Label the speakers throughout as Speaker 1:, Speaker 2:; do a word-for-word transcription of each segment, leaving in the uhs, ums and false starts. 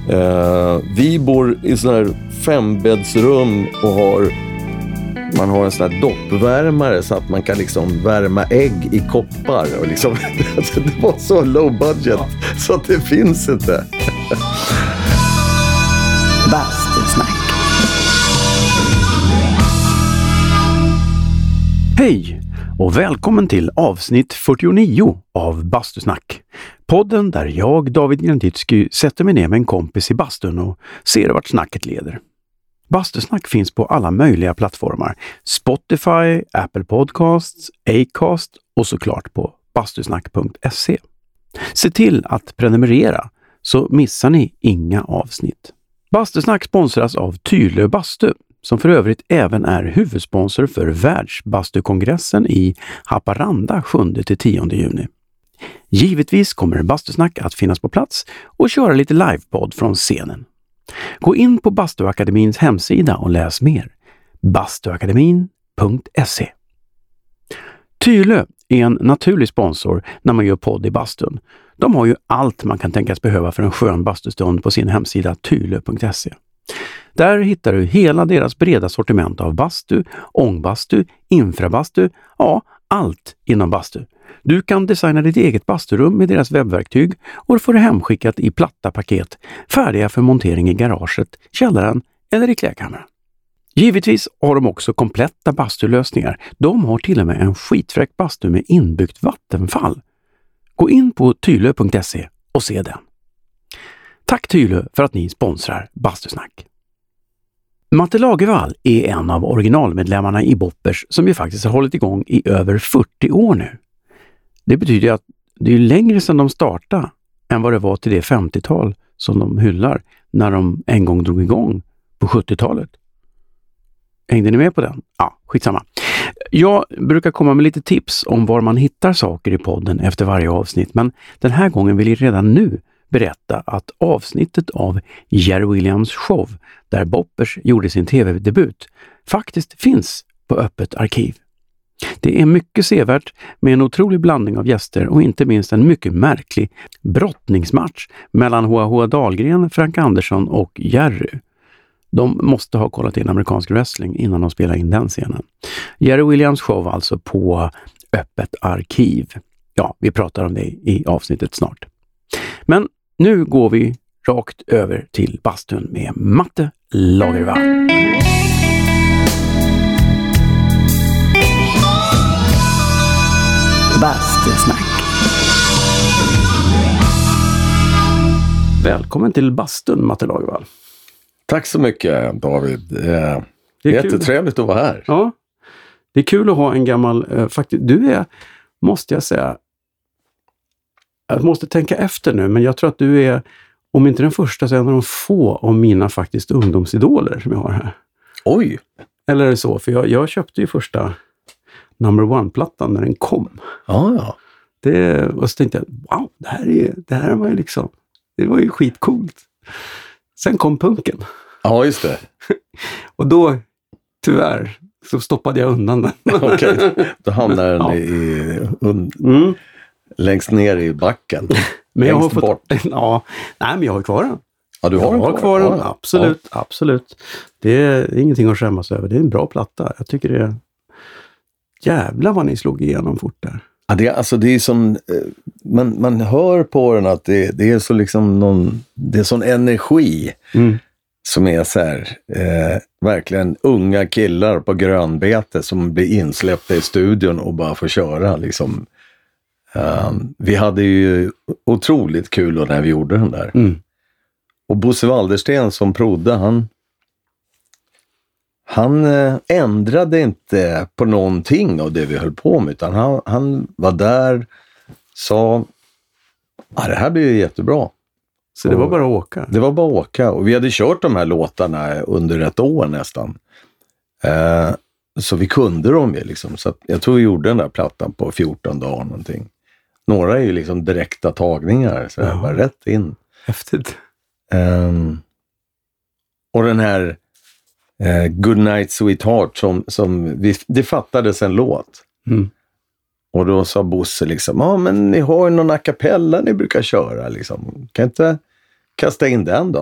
Speaker 1: Uh, vi bor i sån här fembäddsrum och har, man har en sån här doppvärmare så att man kan liksom värma ägg i koppar. Och liksom, det var så low budget så att det finns inte.
Speaker 2: Bastusnack. Hej och välkommen till avsnitt fyrtionio av Bastusnack. Podden där jag, David Grantitsky, sätter mig ner med en kompis i bastun och ser vart snacket leder. Bastusnack finns på alla möjliga plattformar. Spotify, Apple Podcasts, Acast och såklart på bastusnack punkt se. Se till att prenumerera så missar ni inga avsnitt. Bastusnack sponsras av Tylö Bastu, som för övrigt även är huvudsponsor för Världsbastukongressen i Haparanda sjunde till tionde juni. Givetvis kommer Bastusnack att finnas på plats och köra lite livepodd från scenen. Gå in på Bastuakademins hemsida och läs mer. bastuakademin punkt se. Tylö är en naturlig sponsor när man gör podd i bastun. De har ju allt man kan tänkas behöva för en skön bastustund på sin hemsida tylö punkt se. Där hittar du hela deras breda sortiment av bastu, ångbastu, infrabastu, ja, allt inom bastu. Du kan designa ditt eget basturum med deras webbverktyg och du får det hemskickat i platta paket, färdiga för montering i garaget, källaren eller i klädkammaren. Givetvis har de också kompletta bastulösningar. De har till och med en skitfräck bastu med inbyggt vattenfall. Gå in på tylö punkt se och se den. Tack Tylö för att ni sponsrar Bastusnack. Matte Lagervall är en av originalmedlemmarna i Boppers som ju faktiskt har hållit igång i över fyrtio år nu. Det betyder att det är längre sedan de startade än vad det var till det femtiotal som de hyllar när de en gång drog igång på sjuttiotalet. Hängde ni med på den? Ja, skitsamma. Jag brukar komma med lite tips om var man hittar saker i podden efter varje avsnitt, men den här gången vill jag redan nu berätta att avsnittet av Jerry Williams show, där Boppers gjorde sin tv-debut, faktiskt finns på öppet arkiv. Det är mycket sevärt med en otrolig blandning av gäster och inte minst en mycket märklig brottningsmatch mellan H H Dahlgren, Frank Andersson och Jerry. De måste ha kollat in amerikansk wrestling innan de spelade in den scenen. Jerry Williams show alltså på öppet arkiv. Ja, vi pratar om det i avsnittet snart. Men nu går vi rakt över till bastun med Matte Lagervall. Bastusnack. Välkommen till bastun, Matte Lagervall.
Speaker 1: Tack så mycket, David. Det är, det är jättetrevligt kul att vara här.
Speaker 2: Ja, det är kul att ha en gammal... Uh, faktiskt, du är, måste jag säga... Jag måste tänka efter nu, men jag tror att du är, om inte den första, så är en av de få av mina faktiskt ungdomsidoler som jag har här.
Speaker 1: Oj!
Speaker 2: Eller är det så? För jag, jag köpte ju första Number One-plattan när den kom.
Speaker 1: Ja, ja.
Speaker 2: Det, och så tänkte jag, wow, det här, är, det här var ju liksom, det var ju skitcoolt. Sen kom punken.
Speaker 1: Ja, just det.
Speaker 2: Och då, tyvärr, så stoppade jag undan den.
Speaker 1: Okej, okay. Då hamnar den ja. i... Un, mm. längst ner i backen.
Speaker 2: Men jag har fått,
Speaker 1: bort.
Speaker 2: Ja, nej, men jag har kvar den.
Speaker 1: Ja, du har,
Speaker 2: jag har kvar den.
Speaker 1: Ja.
Speaker 2: Absolut, ja. absolut. Det är ingenting att skämmas över. Det är en bra platta. Jag tycker det är... Jävlar vad ni slog igenom fort där.
Speaker 1: Ja, det är, alltså det är som... Man, man hör på den att det, det är så liksom någon... Det är sån energi mm. som är så här... Eh, verkligen unga killar på grönbete som blir insläppta i studion och bara får köra liksom... Um, vi hade ju otroligt kul när vi gjorde den där. Mm. Och Bosse Waldersten som prodde, han han eh, ändrade inte på någonting av det vi höll på med, utan han, han var där, sa ah, det här blir ju jättebra.
Speaker 2: Så det var bara att åka?
Speaker 1: Det var bara att åka. Och vi hade kört de här låtarna under ett år nästan. Uh, så vi kunde dem ju liksom. Så att jag tror vi gjorde den där plattan på fjorton dagar någonting. Några är ju liksom direkta tagningar. Så jag var rätt in.
Speaker 2: Häftigt.
Speaker 1: Um, och den här uh, Good Night Sweetheart som, som vi, det fattades en låt. Mm. Och då sa Bosse liksom, ja ah, men ni har ju någon a cappella ni brukar köra liksom. Kan inte kasta in den då?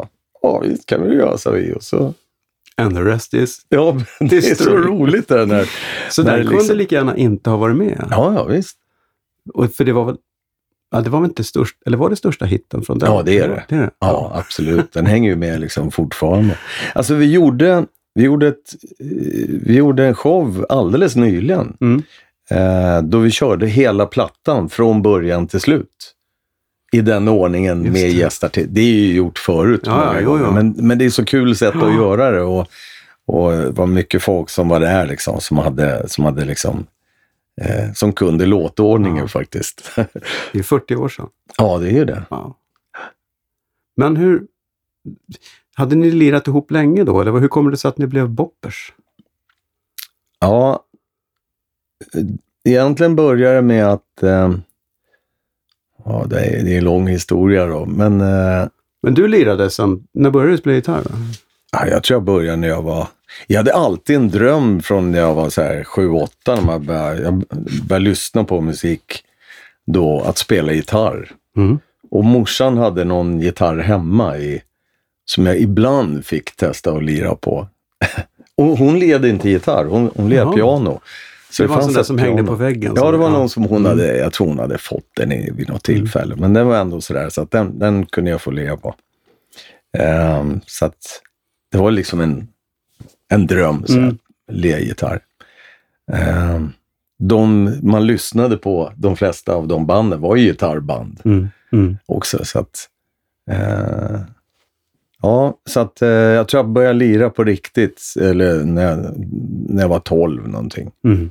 Speaker 1: ja, visst kan vi göra, sa vi. Och så...
Speaker 2: And the rest is...
Speaker 1: Ja, det är så roligt det när...
Speaker 2: Så
Speaker 1: när
Speaker 2: där
Speaker 1: liksom...
Speaker 2: kunde lika gärna inte ha varit med.
Speaker 1: Ja, ja, visst.
Speaker 2: Och för det var väl... Ja, det var väl inte störst... Eller var det största hitten från den?
Speaker 1: Ja, det är det.
Speaker 2: det, är det.
Speaker 1: Ja, absolut. Den hänger ju med liksom fortfarande. Alltså, vi gjorde... Vi gjorde, ett, vi gjorde en show alldeles nyligen.
Speaker 2: Mm.
Speaker 1: Eh, då vi körde hela plattan från början till slut. I den ordningen
Speaker 2: Just
Speaker 1: med
Speaker 2: det.
Speaker 1: gästartist. Det är ju gjort förut.
Speaker 2: Ja, jo, jo.
Speaker 1: Men, men det är så kul sätt
Speaker 2: ja.
Speaker 1: att göra det. Och, och det var mycket folk som var där liksom. Som hade, som hade liksom... Eh, som kunde låtordningen ja. faktiskt.
Speaker 2: Det är fyrtio år sedan.
Speaker 1: Ja, det är ju det.
Speaker 2: Ja. Men hur... Hade ni lirat ihop länge då? Eller hur kommer det sig att ni blev boppers?
Speaker 1: Ja, egentligen började det med att... Eh, ja, det är, det är en lång historia då. Men, eh,
Speaker 2: men du lirade sen... När började du spela gitarr då?
Speaker 1: Ja, jag tror jag började när jag var... Jag hade alltid en dröm från när jag var så här sju åtta. När man började, jag började lyssna på musik då. Att spela gitarr.
Speaker 2: Mm.
Speaker 1: Och morsan hade någon gitarr hemma i... Som jag ibland fick testa att lira på. Och hon led inte gitarr, hon, hon led piano.
Speaker 2: Så det, det var sån där som piano. Hängde på väggen?
Speaker 1: Ja, det var någon som hon hade, mm. jag tror hon hade fått den i, vid något tillfälle. Mm. Men den var ändå sådär, så att den, den kunde jag få leva på. Um, så att det var liksom en, en dröm, så mm. le-gitarr. Um, de man lyssnade på, de flesta av de banden var ju gitarrband
Speaker 2: mm. Mm.
Speaker 1: också, så att... Uh, Ja, så att eh, jag tror jag började lira på riktigt eller när jag, när jag var tolv någonting.
Speaker 2: Mm.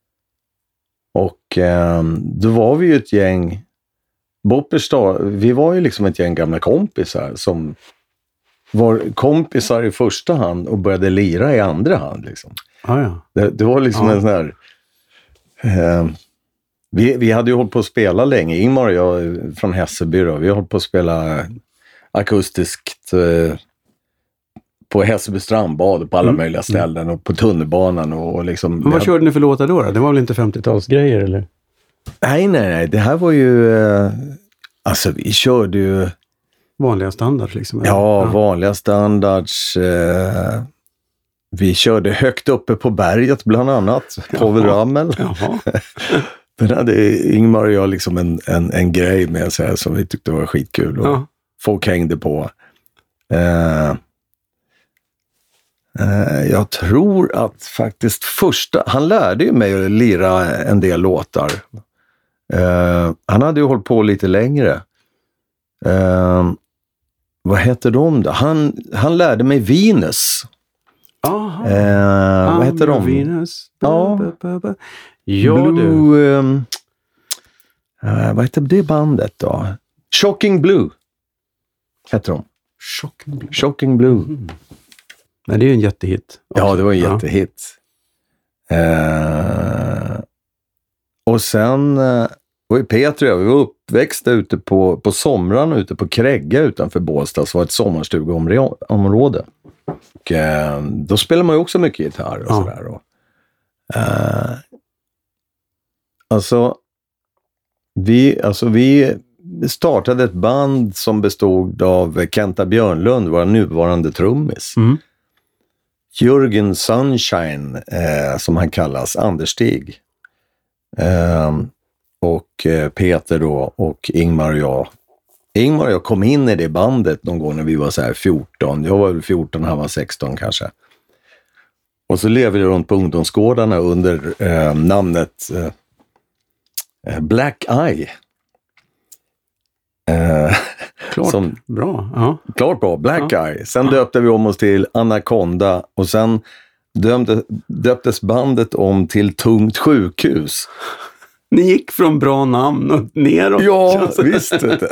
Speaker 1: Och eh, då var vi ju ett gäng boppers då, vi var ju liksom ett gäng gamla kompisar som var kompisar i första hand och började lira i andra hand liksom.
Speaker 2: Ah, ja.
Speaker 1: det, det var liksom
Speaker 2: ah.
Speaker 1: en sån här eh, vi, vi hade ju hållit på att spela länge, Ingmar och jag från Hässelby då, vi har hållit på att spela akustiskt eh, på Hässelby strandbad och på alla mm. möjliga ställen och på tunnelbanan och, och liksom...
Speaker 2: Men vad hade... körde ni för låtar då, då? Det var väl inte femtiotalsgrejer eller?
Speaker 1: Nej, nej, nej. Det här var ju... Eh, alltså vi körde ju...
Speaker 2: Vanliga standards liksom?
Speaker 1: Ja, ja, vanliga standards. Eh, vi körde högt uppe på berget bland annat. Povel Ramel.
Speaker 2: Jaha.
Speaker 1: Den hade Ingmar och jag liksom en, en, en grej med så här, som vi tyckte var skitkul. Och,
Speaker 2: ja.
Speaker 1: Folk hängde på. Eh, eh, jag tror att faktiskt första... Han lärde ju mig att lira en del låtar. Eh, han hade ju hållit på lite längre. Eh, vad heter de då? Han, han lärde mig Venus.
Speaker 2: Aha.
Speaker 1: Eh, vad heter de?
Speaker 2: Venus.
Speaker 1: Ja.
Speaker 2: Ba, ba, ba. Ja,
Speaker 1: Blue...
Speaker 2: du.
Speaker 1: Eh, eh, vad heter det bandet då? Shocking Blue. Heter de.
Speaker 2: Shocking Blue.
Speaker 1: Shocking Blue.
Speaker 2: Mm. Nej, det är ju en jättehit.
Speaker 1: Också. Ja, det var en
Speaker 2: ja.
Speaker 1: jättehit. Eh, och sen eh, var ju Peter och jag, vi var uppväxta ute på, på somrarna ute på Krägga utanför Båstad, så var ett sommarstugområde. Och eh, då spelar man ju också mycket gitarr och ja. sådär. Och, eh, alltså, vi, alltså vi startade ett band som bestod av Kenta Björnlund, vår nuvarande trummis.
Speaker 2: Mm.
Speaker 1: Jörgen Sunshine, eh, som han kallas, Anderstig. Eh, och eh, Peter då, och Ingmar och jag. Ingmar och jag kom in i det bandet någon gång när vi var så här fjorton. Jag var väl fjorton, han var sexton kanske. Och så levde vi runt på ungdomsgårdarna under eh, namnet eh, Black Eye. Eh,
Speaker 2: klart,
Speaker 1: som,
Speaker 2: bra. Ja.
Speaker 1: Klart bra, Black
Speaker 2: ja.
Speaker 1: Eye. Sen
Speaker 2: ja.
Speaker 1: döpte vi om oss till Anaconda och sen dömde, döptes bandet om till Tungt sjukhus.
Speaker 2: Ni gick från bra namn och neråt.
Speaker 1: Ja, visst.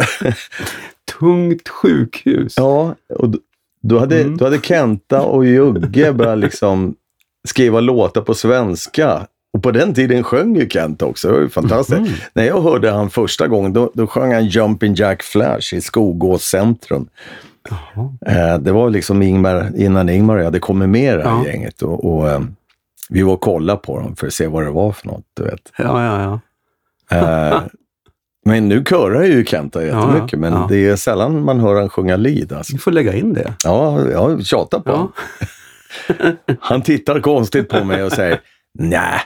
Speaker 2: Tungt sjukhus.
Speaker 1: Ja, och då, då, hade, mm. då hade Kenta och Jugge börjat liksom skriva låtar på svenska. Och på den tiden sjöng ju Kent också. Det var ju fantastiskt. Mm. När jag hörde han första gången, då, då sjöng han Jumpin' Jack Flash i Skogås centrum. Eh, det var liksom Ingmar, innan Ingmar och jag hade kommit med det här ja. gänget. Och, och eh, vi var och kollade på dem för att se vad det var för något, du vet.
Speaker 2: Ja, ja, ja.
Speaker 1: eh, Men nu körar ju Kenta jättemycket, ja, men ja. Det är sällan man hör han sjunga lead. Alltså.
Speaker 2: Du får lägga in det.
Speaker 1: Ja, jag tjatar på ja. Han tittar konstigt på mig och säger nej.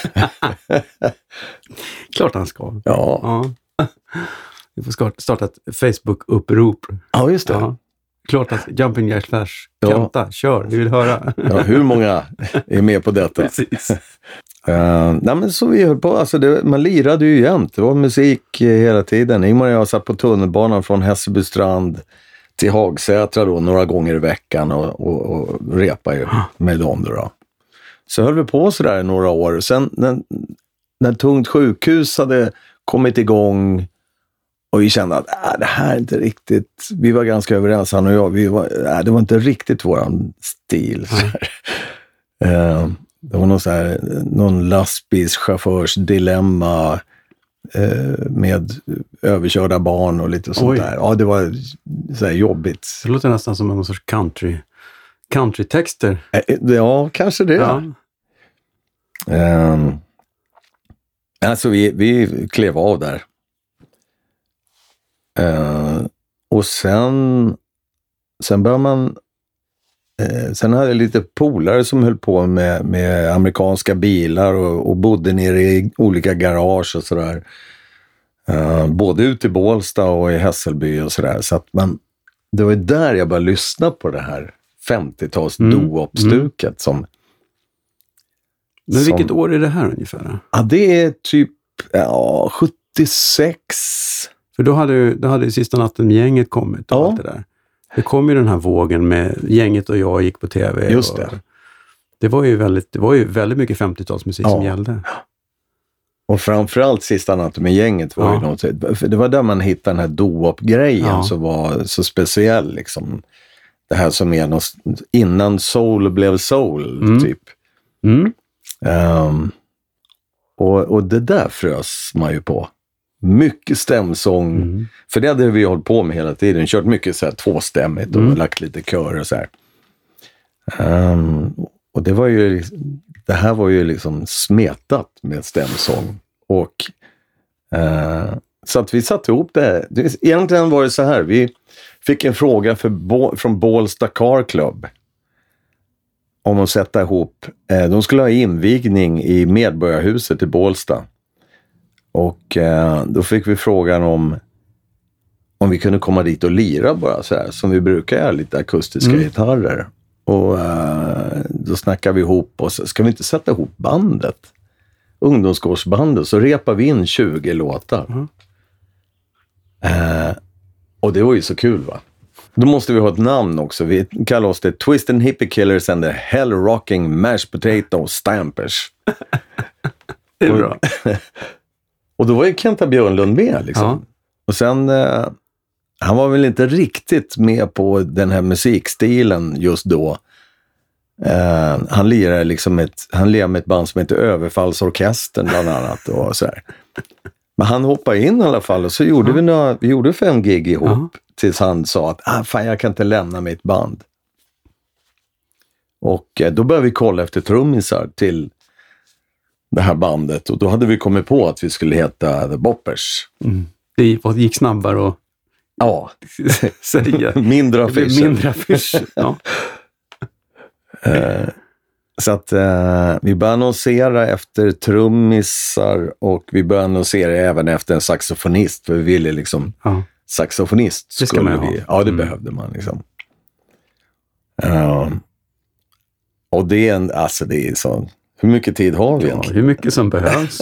Speaker 2: Klart han ska.
Speaker 1: Ja.
Speaker 2: ja. Vi får starta ett Facebook-upprop.
Speaker 1: Ja, just det. Ja.
Speaker 2: Klart att Jumping Jack Flash, Kenta, ja. Kör, vi vill höra.
Speaker 1: Ja, hur många är med på detta?
Speaker 2: Precis.
Speaker 1: Uh, nej men så vi höll på, alltså det, man lirade ju jämt, det var musik uh, hela tiden. Ingmar och jag satt på tunnelbanan från Hässelbystrand till Hagsätra då några gånger i veckan och, och, och repa ju med dem då. Så höll vi på sådär några år. Sen när, när Tungt sjukhus hade kommit igång och vi kände att äh, det här är inte riktigt, vi var ganska överens han och jag, vi var, äh, det var inte riktigt våran stil. uh, Det var någon, så här, någon lastbilschaufförs dilemma eh, med överkörda barn och lite sånt Oj. Där. Ja, det var så här jobbigt.
Speaker 2: Det låter nästan som någon sorts country, country-texter.
Speaker 1: Eh, ja, kanske det. Ja. Eh, alltså, vi, vi klev av där. Eh, och sen, sen började man... Eh, sen hade jag lite polare som höll på med, med amerikanska bilar och, och bodde nere i olika garage och sådär. Eh, både ute i Bålsta och i Hässelby och sådär. Så att man, det var där jag började lyssna på det här femtio-tals mm. doo-wop-stuket mm. som...
Speaker 2: Men som, vilket år är det här ungefär?
Speaker 1: Ja, det är typ ja, sjuttiosex.
Speaker 2: För då hade, då hade Sista natten med gänget kommit och
Speaker 1: ja.
Speaker 2: Allt det där. Det kom ju den här vågen med gänget och jag gick på tv.
Speaker 1: Just det.
Speaker 2: Och det var ju väldigt, det var ju väldigt mycket femtio-talsmusik ja. Som gällde.
Speaker 1: Och framförallt Sista natten med gänget var ja. Ju något. För det var där man hittade den här doo-wop-grejen ja. Som var så speciell liksom. Det här som är något, innan soul blev soul mm. typ.
Speaker 2: Mm.
Speaker 1: Um, och, och det där frös man ju på. Mycket stämsång. Mm. För det hade vi hållit på med hela tiden. Kört mycket så här tvåstämmigt och mm. lagt lite kör och så här. Um, och det var ju det här var ju liksom smetat med stämsång. Och uh, så att vi satte ihop det. Egentligen var det så här. Vi fick en fråga för, från Bålsta Car Club. Om att sätta ihop. Uh, de skulle ha invigning i Medborgarhuset i Bålsta. Och eh, då fick vi frågan om om vi kunde komma dit och lira bara så här, som vi brukar göra, lite akustiska mm. gitarrer. Och eh, då snackade vi ihop oss, ska vi inte sätta ihop bandet? Ungdomsgårdsbandet, så repar vi in tjugo låtar. Mm. Eh, och det var ju så kul va? Då måste vi ha ett namn också. Vi kallar oss det Twist and Hippie Killers and the Hell Rocking Mashed Potato Stampers.
Speaker 2: Det är bra.
Speaker 1: Och då var ju Kenta Björnlund med liksom. Ja. Och sen, eh, han var väl inte riktigt med på den här musikstilen just då. Eh, han lirade liksom ett, han lirade med ett band som heter Överfallsorkestern bland annat och så här. Men han hoppade in i alla fall och så gjorde ja. vi några, vi gjorde fem gig ihop ja. Tills han sa att ah, fan, jag kan inte lämna mitt band. Och eh, då började vi kolla efter trummisar till det här bandet. Och då hade vi kommit på att vi skulle heta The Boppers.
Speaker 2: Mm. Det gick snabbare och
Speaker 1: ja.
Speaker 2: säga.
Speaker 1: mindre affischer.
Speaker 2: Mindre affischer, ja.
Speaker 1: uh, så att uh, vi började annonsera efter trummisar och vi började annonsera även efter en saxofonist. För vi ville liksom
Speaker 2: ja.
Speaker 1: Saxofonist
Speaker 2: det
Speaker 1: skulle
Speaker 2: vi.
Speaker 1: vi. Ja, det mm. behövde man liksom. Uh, och det är en, alltså det är så. Hur mycket tid har vi
Speaker 2: ja,
Speaker 1: egentligen?
Speaker 2: Hur mycket som behövs.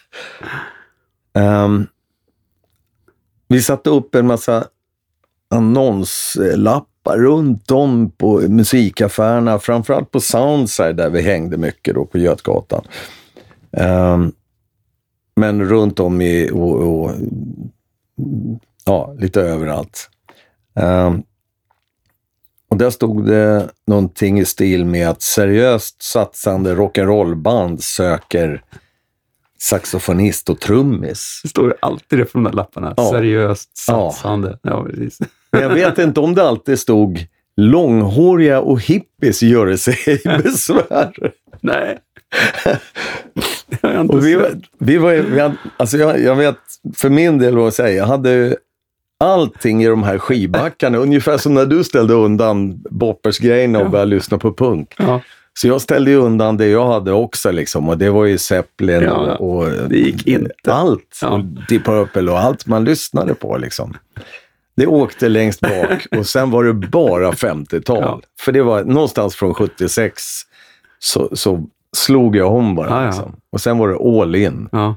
Speaker 1: um, vi satte upp en massa annonslappar runt om på musikaffärerna. Framförallt på Soundside där vi hängde mycket då på Götgatan. Um, men runt om i och, och, ja, lite överallt. Um, Och där stod det någonting i stil med att seriöst satsande rock'n'roll-band söker saxofonist och trummis.
Speaker 2: Det står alltid det på de där lapparna.
Speaker 1: Ja.
Speaker 2: Seriöst satsande. Ja. Ja, precis.
Speaker 1: Men jag vet inte om det alltid stod långhåriga och hippies gör sig besvär.
Speaker 2: Nej. Det har jag inte
Speaker 1: och vi,
Speaker 2: sett.
Speaker 1: vi var vi hade, alltså jag, jag vet, för min del vad säga, jag hade allting i de här skibackarna, ungefär som när du ställde undan Boppers-grejerna och
Speaker 2: Ja.
Speaker 1: började lyssna på punk.
Speaker 2: Ja.
Speaker 1: Så jag ställde ju undan det jag hade också liksom, och det var ju Zeppelin
Speaker 2: Ja,
Speaker 1: och, och
Speaker 2: det gick inte.
Speaker 1: allt,
Speaker 2: Ja.
Speaker 1: och Deep Purple och allt man lyssnade på liksom. Det åkte längst bak och sen var det bara femtiotal.
Speaker 2: Ja.
Speaker 1: För det var någonstans från sjuttiosex så, så slog jag om bara.
Speaker 2: Ja, ja.
Speaker 1: Liksom. Och sen var det all in.
Speaker 2: Ja.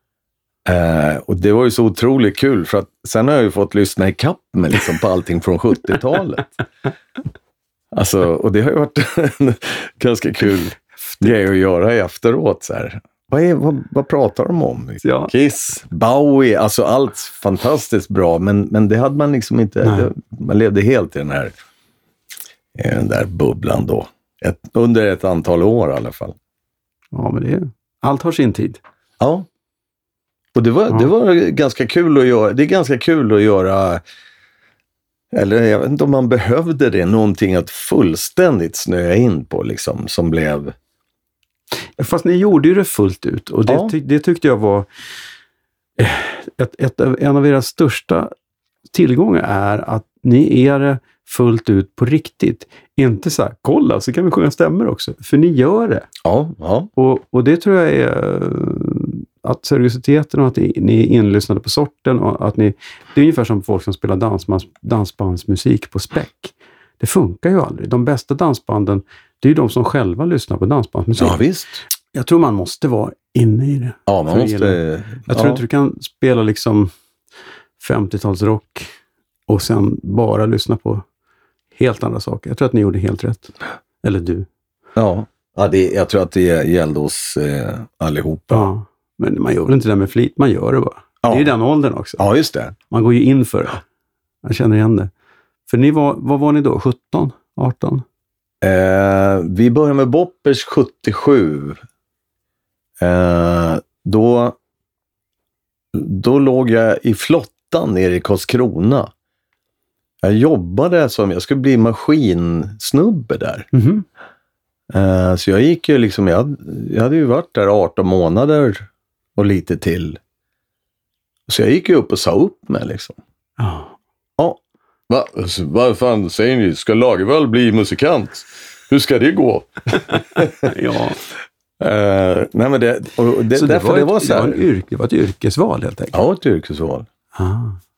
Speaker 1: Eh, och det var ju så otroligt kul för att sen har jag ju fått lyssna i kapp med liksom på allting från sjuttiotalet. Alltså, och det har ju varit en ganska kul grej att göra efteråt. Så här. Vad, är, vad, vad pratar de om?
Speaker 2: Ja.
Speaker 1: Kiss, Bowie, alltså allt fantastiskt bra, men, men det hade man liksom inte, det, man levde helt i den här i den där bubblan då. Ett, under ett antal år i alla fall.
Speaker 2: Ja, men det är, allt har sin tid.
Speaker 1: Ja. Och det var,
Speaker 2: Ja.
Speaker 1: det var ganska kul att göra. Det är ganska kul att göra, eller jag vet inte om man behövde det, någonting att fullständigt snöa in på liksom, som blev...
Speaker 2: Fast ni gjorde ju det fullt ut. Och det,
Speaker 1: Ja.
Speaker 2: ty- det tyckte jag var eh, ett, ett, av- en av era största tillgångar är att ni är det fullt ut på riktigt. Inte så här, kolla så kan vi sjunga stämmer också. För ni gör det.
Speaker 1: Ja, ja.
Speaker 2: Och, och det tror jag är eh, att seriositeten och att ni, ni är inlyssnade på sorten och att ni, det är ungefär som folk som spelar dansbands, dansbandsmusik på späck. Det funkar ju aldrig. De bästa dansbanden, det är ju de som själva lyssnar på dansbandsmusik.
Speaker 1: Ja, visst.
Speaker 2: Jag tror man måste vara inne i det.
Speaker 1: Ja, man
Speaker 2: För att
Speaker 1: måste...
Speaker 2: gilla. Jag tror
Speaker 1: ja.
Speaker 2: inte du kan spela liksom femtiotalsrock och sen bara lyssna på helt andra saker. Jag tror att ni gjorde helt rätt. Eller du.
Speaker 1: Ja, ja det, jag tror att det gällde oss eh, allihopa.
Speaker 2: Ja. Men man gör väl inte det med flit, man gör det bara.
Speaker 1: Ja.
Speaker 2: Det är ju den åldern också.
Speaker 1: Ja, just det.
Speaker 2: Man går ju in för det. Jag känner igen det. För ni var, vad var ni då? sjutton? arton?
Speaker 1: Eh, vi började med Boppers sjuttiosju. Eh, då, då låg jag i flottan nere i Karlskrona. Jag jobbade som, jag skulle bli maskinsnubbe där.
Speaker 2: Mhm.
Speaker 1: Eh, så jag gick ju liksom, jag hade, jag hade ju varit där arton månader och lite till. Så jag gick ju upp och sa upp mig liksom.
Speaker 2: Ja.
Speaker 1: Ja. Va? Vad fan säger ni? Ska Lagervall bli musikant? Hur ska det gå?
Speaker 2: Ja.
Speaker 1: Uh, nej men det, och det,
Speaker 2: Så det
Speaker 1: därför
Speaker 2: var,
Speaker 1: det
Speaker 2: ett,
Speaker 1: var så
Speaker 2: det,
Speaker 1: här.
Speaker 2: var en yrke, det var ett yrkesval helt enkelt.
Speaker 1: Ja, ett yrkesval.
Speaker 2: Ah.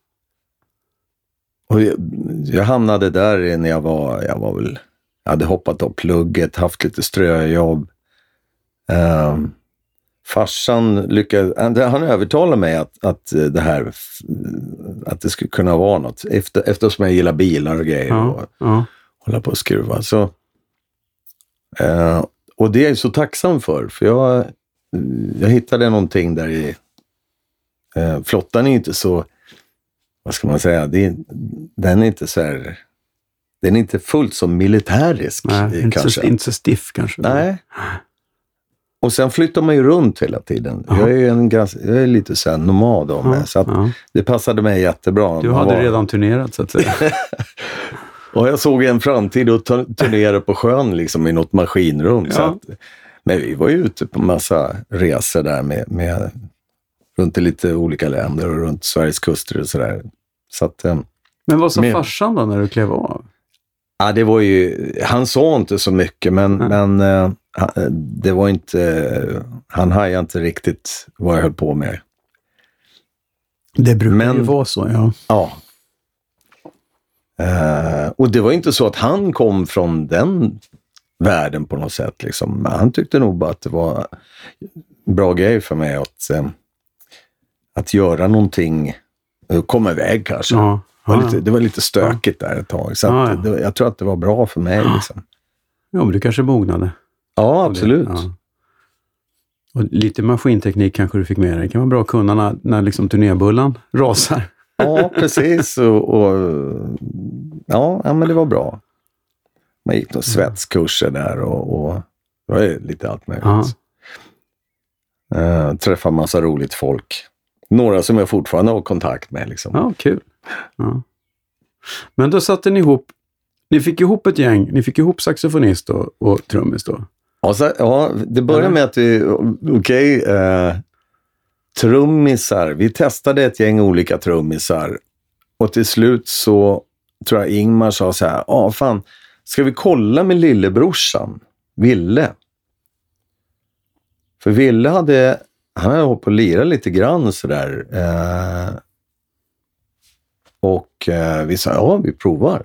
Speaker 1: Och jag, jag hamnade där när jag var, jag var väl, jag hade hoppat av plugget, haft lite ströjobb. Um, farsan lyckades, han, han övertalade mig att, att det här, att det skulle kunna vara något. Efter, eftersom jag gillar bilar och grejer
Speaker 2: Ja.
Speaker 1: och
Speaker 2: Ja.
Speaker 1: hålla på och skruva. Så, uh, och det är jag så tacksam för, för jag, jag hittade någonting där i, uh, flottan är inte så, vad ska man säga, det är, den är inte så här, den är inte fullt så militärisk.
Speaker 2: Nej, inte,
Speaker 1: kanske.
Speaker 2: så, inte så stiff kanske.
Speaker 1: Nej. Och sen flyttar man ju runt hela tiden.
Speaker 2: Aha.
Speaker 1: Jag är, en ganska, jag är lite så här nomad av mig,
Speaker 2: Ja,
Speaker 1: så att
Speaker 2: ja.
Speaker 1: det passade mig jättebra.
Speaker 2: Du
Speaker 1: Man
Speaker 2: hade
Speaker 1: var,
Speaker 2: redan turnerat så att säga.
Speaker 1: och jag såg en framtid att tu- turnera på sjön liksom, i något maskinrum.
Speaker 2: Ja.
Speaker 1: Så att, men vi var ju ute på massa resor där med, med runt i lite olika länder och runt Sveriges kuster och sådär. Så att, eh,
Speaker 2: Men vad sa
Speaker 1: Men-
Speaker 2: farsan då när du klev av?
Speaker 1: ja, det var ju, han sa inte så mycket, men,
Speaker 2: Nej.
Speaker 1: men eh, han- det var inte, han hajade inte riktigt vad jag höll på med.
Speaker 2: Det brukar
Speaker 1: Men-
Speaker 2: ju vara så, ja.
Speaker 1: Ja. Eh, och det var inte så att han kom från den världen på något sätt. Liksom. Men han tyckte nog bara att det var en bra grej för mig att, eh, att göra någonting, eh, komma iväg kanske.
Speaker 2: Ja.
Speaker 1: Det, var
Speaker 2: Ja,
Speaker 1: lite, det var lite stökigt där ett tag. Så
Speaker 2: Ja,
Speaker 1: att,
Speaker 2: ja.
Speaker 1: det, jag tror att det var bra för mig. Liksom.
Speaker 2: ja, men du kanske mognade.
Speaker 1: Ja, absolut.
Speaker 2: Ja. Och lite maskinteknik kanske du fick med dig. Det kan vara bra att kunna när, när liksom turnébullan rasar.
Speaker 1: Ja, precis. Och, och, ja, ja, men det var bra. Man gick några svetskurser där och, och det var ju lite allt möjligt.
Speaker 2: Ja.
Speaker 1: Uh, träffade massa roligt folk. Några som jag fortfarande har kontakt med. Liksom.
Speaker 2: Ja, kul. Ja. Men då satte ni ihop, ni fick ihop ett gäng, ni fick ihop saxofonist och, och trummis då.
Speaker 1: Alltså, ja, det började med att vi, okej, okay, eh, trummisar. Vi testade ett gäng olika trummisar. Och till slut så tror jag Ingmar sa så här, ja fan, ska vi kolla med lillebrorsan? Ville. För Ville hade, han hade hållit på att lira lite grann sådär. Eh, och eh, vi sa, ja vi provar.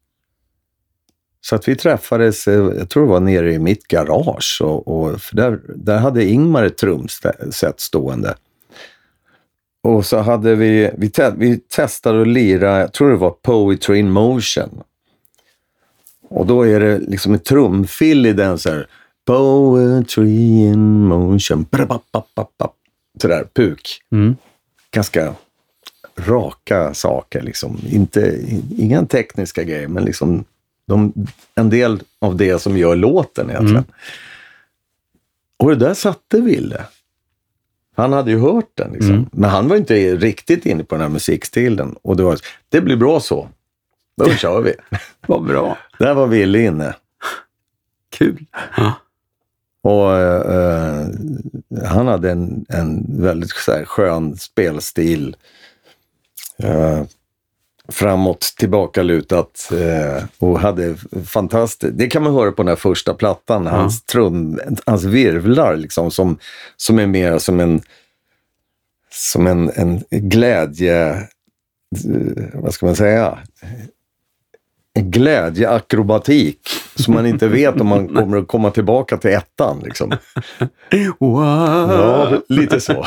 Speaker 1: Så att vi träffades, jag tror det var nere i mitt garage. Och, och för där, där hade Ingmar ett trumset stående. Och så hade vi, vi, te, vi testade att lira, jag tror det var Poetry in Motion. Och då är det liksom en trumfill i den så här, Poetry in Motion, sådär, puk. Mm. Ganska raka saker liksom, inte, inga tekniska grejer, men liksom de, en del av det som gör låten egentligen. Mm. Och det där satte Ville. Han hade ju hört den liksom. Mm. Men han var inte riktigt inne på den här musikstilen. Och det var, det blir bra så. Då kör vi.
Speaker 2: Vad bra.
Speaker 1: Där var Ville inne.
Speaker 2: Kul. Ja.
Speaker 1: Och eh, han hade en, en väldigt så här, skön spelstil. Eh, framåt, tillbaka lutat. Eh, och hade fantastiskt. Det kan man höra på den här första plattan. Hans ja. trum, hans virvlar liksom. Som, som är mer som en som en, en glädje, vad ska man säga, en glädjeakrobatik som man inte vet om man kommer att komma tillbaka till ettan liksom.
Speaker 2: Wow.
Speaker 1: Ja, lite så.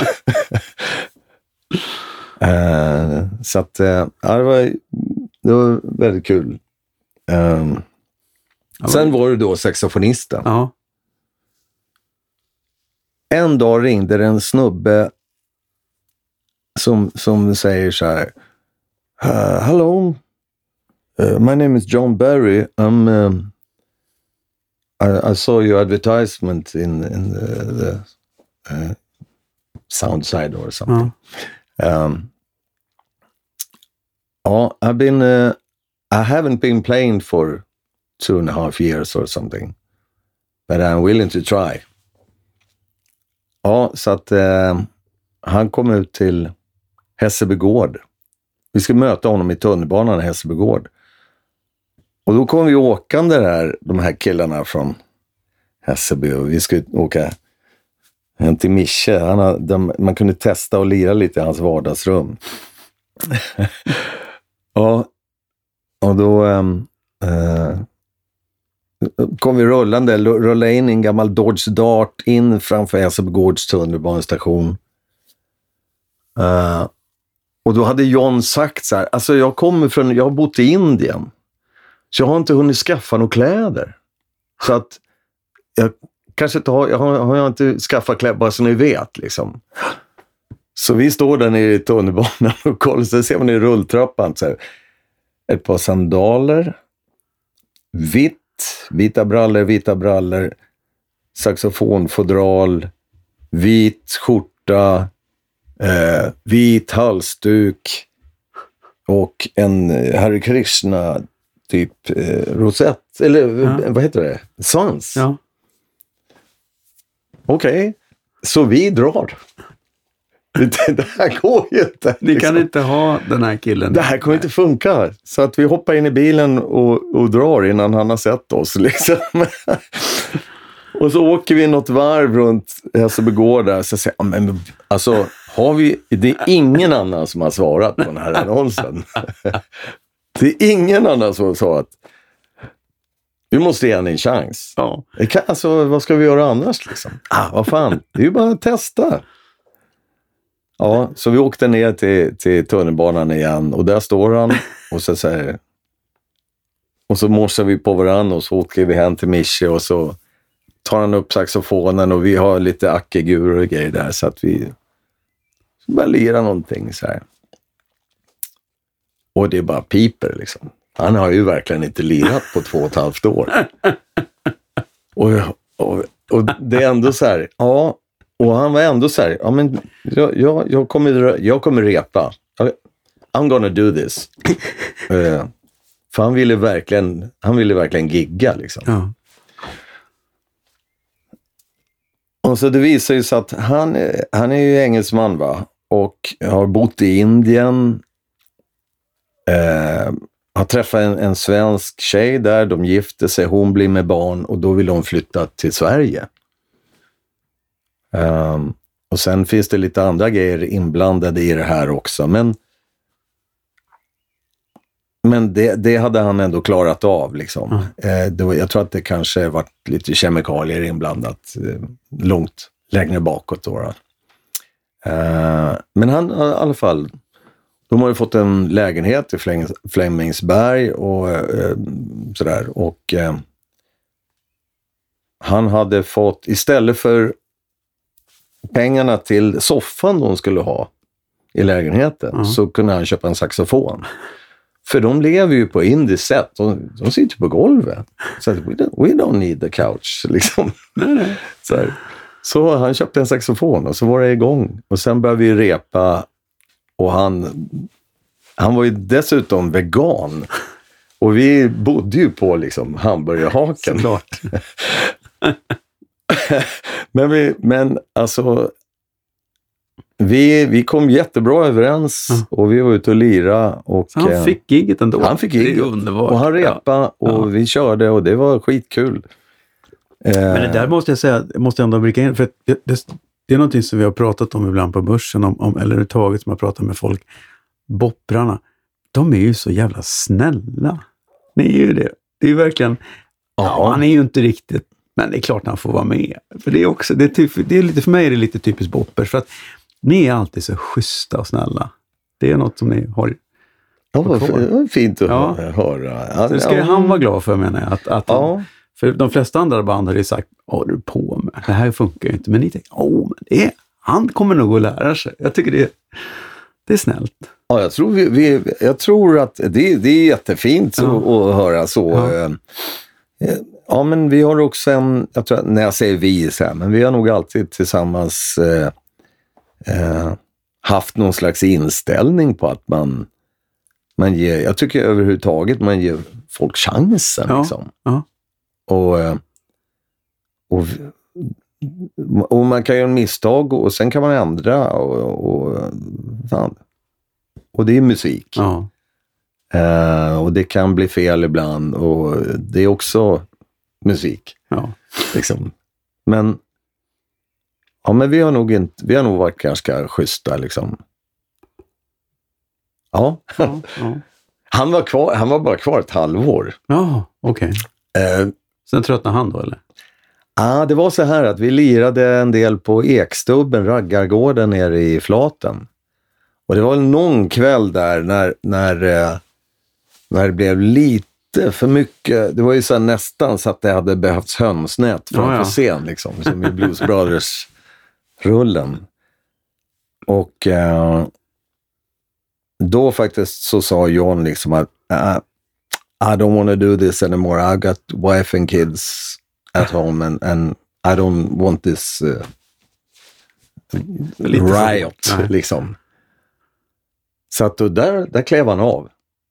Speaker 1: uh, så att uh, ja, det, var, det var väldigt kul. Um, ja, sen var det då saxofonisten.
Speaker 2: Ja.
Speaker 1: En dag ringde det en snubbe som, som säger så här, uh, hello, uh, my name is John Barry. I'm, um, I, I saw your advertisement in, in the, the uh, Soundside or something. Mm. Um, oh, I've been, uh, I haven't been playing for two and a half years or something, but I'm willing to try. Ja, så att uh, han kom ut till Hässelbygård. Vi skulle möta honom i tunnelbanan i Hässelbygård. Och då kom vi åkande där, de här killarna från Hässelby. Och vi skulle åka hem till Mische. Han hade, de, man kunde testa och lira lite i hans vardagsrum. Ja, och då um, uh, kom vi rullande, rullade in i en gammal Dodge Dart in framför Hässelbygårds tunnelbanestation. Uh, och då hade John sagt så här, alltså jag kommer från, jag har bott i Indien, så jag har inte hunnit skaffa några kläder, så att jag kanske inte har, jag har, har jag inte skaffat kläder, bara så ni vet liksom. Så vi står där nere i tunnelbanan och kollar, så ser man i rulltrappan så här, ett par sandaler, vitt, vita brallor, vita brallor, saxofonfodral, vit skjorta, Eh, vit halsduk och en Hare Krishna typ eh, rosett, eller ja. vad heter det? Svans.
Speaker 2: Ja.
Speaker 1: Okej, okay. Så vi drar. Det, det här går ju inte.
Speaker 2: Ni liksom. Kan inte ha den här killen.
Speaker 1: Det här kommer inte funka. Så att vi hoppar in i bilen och, och drar innan han har sett oss liksom. Och så åker vi något varv runt Hässelbygård där, så säger jag, men alltså, har vi, det är ingen annan som har svarat på den här annonsen. Det är ingen annan som har svarat. Vi måste ge henne en chans.
Speaker 2: Ja.
Speaker 1: Kan, alltså, vad ska vi göra annars liksom? Ah, vad fan, det är ju bara att testa. Ja, så vi åkte ner till, till tunnelbanan igen, och där står han och så säger, och så morsar vi på varandra och så åker vi hem till Mische och så tar han upp saxofonen och vi har lite ackegur och grejer där, så att vi bara lirar någonting så här. Och det är bara piper liksom. Han har ju verkligen inte lirat på två och ett halvt år. Och, och, och det är ändå så här, ja, och han var ändå så här, ja men jag, jag, jag, kommer, jag kommer repa. I'm gonna do this. uh, för han ville verkligen, han ville verkligen gigga liksom.
Speaker 2: Ja.
Speaker 1: Och så det visar ju sig att han, han är ju engelsman, va? Och har bott i Indien. Eh, har träffat en, en svensk tjej där. De gifter sig, hon blir med barn. Och då vill hon flytta till Sverige. Um, och sen finns det lite andra grejer inblandade i det här också. Men, men det, det hade han ändå klarat av. Liksom. Mm. Eh, det var, jag tror att det kanske varit lite kemikalier inblandat eh, långt längre bakåt. Då, då. Eh, men han i alla fall, de har ju fått en lägenhet i Fläng, Flemingsberg och eh, sådär. Och eh, han hade fått, istället för pengarna till soffan de skulle ha i lägenheten, mm. så kunde han köpa en saxofon. För de lever ju på indiskt sätt. De, de sitter på golvet. Så we don't, we don't need the couch. Liksom.
Speaker 2: Nej, nej.
Speaker 1: Så, här. Så han köpte en saxofon och så var det igång. Och sen började vi repa. Och han, han var ju dessutom vegan. Och vi bodde ju på liksom hamburgerhaken.
Speaker 2: Såklart.
Speaker 1: men, vi, men alltså... Vi, vi kom jättebra överens mm. och vi var ute och lira. Och,
Speaker 2: så han fick giget ändå.
Speaker 1: Han fick giget.
Speaker 2: Det är underbart.
Speaker 1: Och han repa ja. och ja. vi körde och det var skitkul.
Speaker 2: Men det där måste jag säga, måste jag ändå bricka in. För det, det, det är någonting som vi har pratat om ibland på börsen, om, om, eller överhuvudtaget som jag pratar med folk. Bopprarna, de är ju så jävla snälla. Ni är ju det. Det är ju verkligen, ja, han är ju inte riktigt, men det är klart han får vara med. För det är också, det är, typ, det är lite, för mig är det lite typiskt boppers. För att ni är alltid så schyssta och snälla. Det är något som ni har.
Speaker 1: Ja, vad f- fint att
Speaker 2: ja.
Speaker 1: höra.
Speaker 2: Ja, det ska ja. han vara glad för, menar jag. Att, att
Speaker 1: ja.
Speaker 2: han, för de flesta andra band har ju sagt, vad är du på med? Det här funkar ju inte. Men ni tänker, åh, men det är, han kommer nog att lära sig. Jag tycker det är, det är snällt.
Speaker 1: Ja, jag tror, vi, vi, jag tror att det, det är jättefint så, ja. att höra så. Ja. ja, men vi har också en, jag tror, när jag säger vi så här, men vi har nog alltid tillsammans eh, eh, haft någon slags inställning på att man, man ger, jag tycker överhuvudtaget man ger folk chansen.
Speaker 2: Ja.
Speaker 1: Liksom.
Speaker 2: Ja.
Speaker 1: Och, och, och man kan göra en misstag och sen kan man ändra och, och, fan. Och det är musik.
Speaker 2: Ja.
Speaker 1: Uh, och det kan bli fel ibland och det är också musik.
Speaker 2: Ja.
Speaker 1: Liksom. Men ja, men vi har nog inte, vi har nog varit ganska schyssta liksom. Ja.
Speaker 2: Ja, ja.
Speaker 1: Han var kvar, han var bara kvar ett halvår.
Speaker 2: Ja, okej. Okay.
Speaker 1: Uh,
Speaker 2: Sen tröttnade han då, eller?
Speaker 1: Ja, ah, det var så här att vi lirade en del på Ekstubben, Raggargården nere i Flaten. Och det var någon kväll där när, när, eh, när det blev lite för mycket. Det var ju så här nästan så att det hade behövts hönsnät framför ja, ja. scen, liksom, som i Blues Brothers-rullen. Och eh, då faktiskt så sa John liksom att uh, I don't want to do this anymore. I got wife and kids at home and, and I don't want this uh, riot, liksom. Så att då där, där klev han av.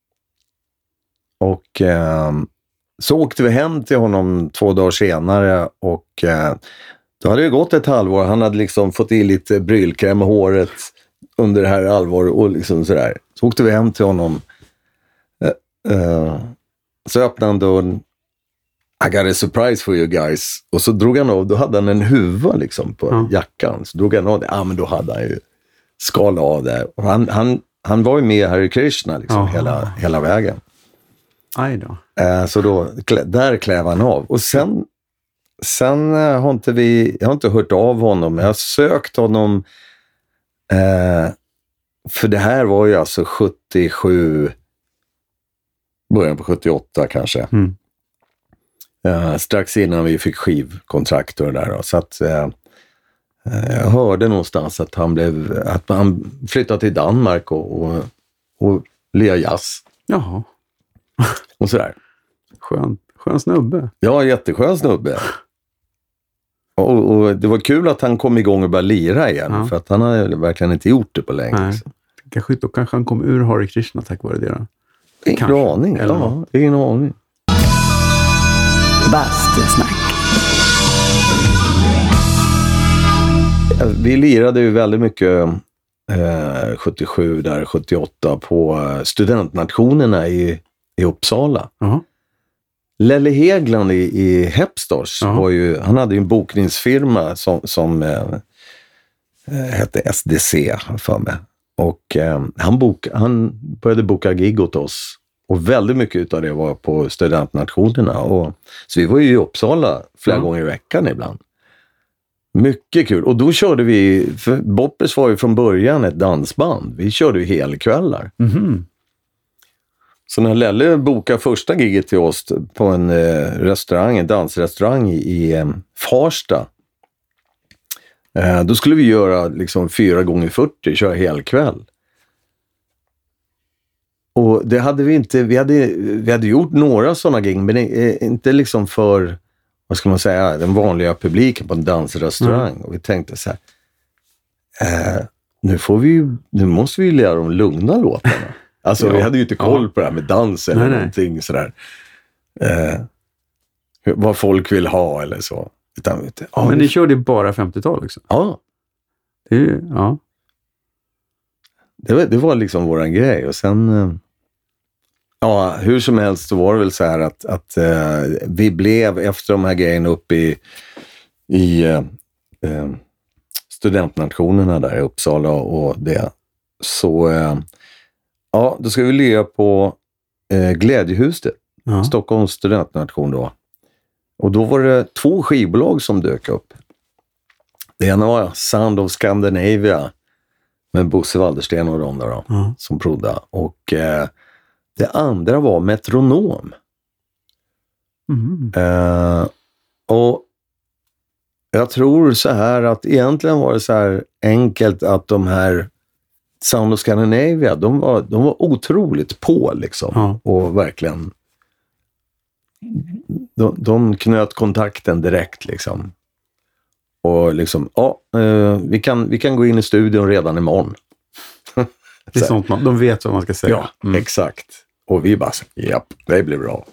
Speaker 1: Och eh, så åkte vi hem till honom två dagar senare och eh, då hade det gått ett halvår. Han hade liksom fått i lite brylkräm i håret under det här halvåret och liksom sådär. Så åkte vi hem till honom. Eh, eh, så öppnade han dörren. I got a surprise for you guys. Och så drog han av, då hade han en huva liksom på mm. jackan. Så drog han av det. Ja, men då hade han ju skalat av det. Och han, han, han var ju med Hare Krishna liksom hela, hela vägen.
Speaker 2: Aj då.
Speaker 1: Eh, så då, där kläv han av. Och sen, sen eh, har inte vi, jag har inte hört av honom. Jag har sökt honom. Eh, för det här var ju alltså sjuttiosju, början på sjuttioåtta kanske.
Speaker 2: Mm.
Speaker 1: Uh, strax innan vi fick skivkontrakt och där då. Så att uh, jag hörde någonstans att han blev, att han flyttade till Danmark och, och, och lia jazz.
Speaker 2: Jaha.
Speaker 1: Och sådär.
Speaker 2: Skön, skön snubbe.
Speaker 1: Ja, jätteskön snubbe. Och, och det var kul att han kom igång och började lira igen. Ja. För att han har verkligen inte gjort det på länge.
Speaker 2: Nej. Kanske, då kanske han kom ur Hare Krishna tack vare det då.
Speaker 1: Ingen kanske. aning. Eller ja, ingen aning.
Speaker 3: Bastusnack.
Speaker 1: Vi lirade ju väldigt mycket eh, sjuttiosju, där sjuttioåtta på studentnationerna i, i Uppsala.
Speaker 2: Uh-huh.
Speaker 1: Lelle Hegland i, i Hepstars
Speaker 2: uh-huh.
Speaker 1: var ju, han hade ju en bokningsfirma som, som eh, hette S D C för mig. Och eh, han, bok, han började boka gig åt oss. Och väldigt mycket av det var på studentnationerna. Och, så vi var ju i Uppsala flera uh-huh. gånger i veckan ibland. Mycket kul. Och då körde vi, för Boppers var ju från början ett dansband. Vi körde ju helkvällar.
Speaker 2: Mm-hmm.
Speaker 1: Så när Lelle bokade första giget till oss på en eh, restaurang, en dansrestaurang i, i eh, Farsta. Eh, då skulle vi göra liksom fyra gånger fyrtio, köra helkväll. Och det hade vi inte, vi hade, vi hade gjort några sådana gig, men det, inte liksom för, vad ska man säga, den vanliga publiken på en dansrestaurang. Mm. Och vi tänkte så här, eh, nu får vi ju, nu måste vi lära de lugna låtarna. Alltså ja, vi hade ju inte koll ja. på det här med dans eller nej, någonting nej. sådär. Eh, vad folk vill ha eller så. Utan, vet du,
Speaker 2: ja, men ni körde bara femtiotal liksom?
Speaker 1: Ja.
Speaker 2: Det, är, ja.
Speaker 1: Det, var, det var liksom våran grej. Och sen, eh, ja, hur som helst så var det väl så här att, att eh, vi blev efter de här grejerna uppe i, i eh, eh, studentnationerna där i Uppsala och det. Så... Eh, Ja, då ska vi lira på eh, Glädjehuset, ja. Stockholms studentnation då. Och då var det två skivbolag som dök upp. Det ena var Sound of Scandinavia med Bosse Waldersten och de där då, ja. som prodda. Och eh, det andra var Metronom. Mm. Eh, och jag tror så här att egentligen var det så här enkelt att de här Sound of Scandinavia, de var, de var otroligt på liksom. Ja. Och verkligen de, de knöt kontakten direkt liksom. Och liksom, ja, eh, vi, kan, vi kan gå in i studion redan imorgon.
Speaker 2: Det är sånt man, de vet vad man ska säga.
Speaker 1: Ja, mm. exakt. Och vi bara, japp, det blir bra.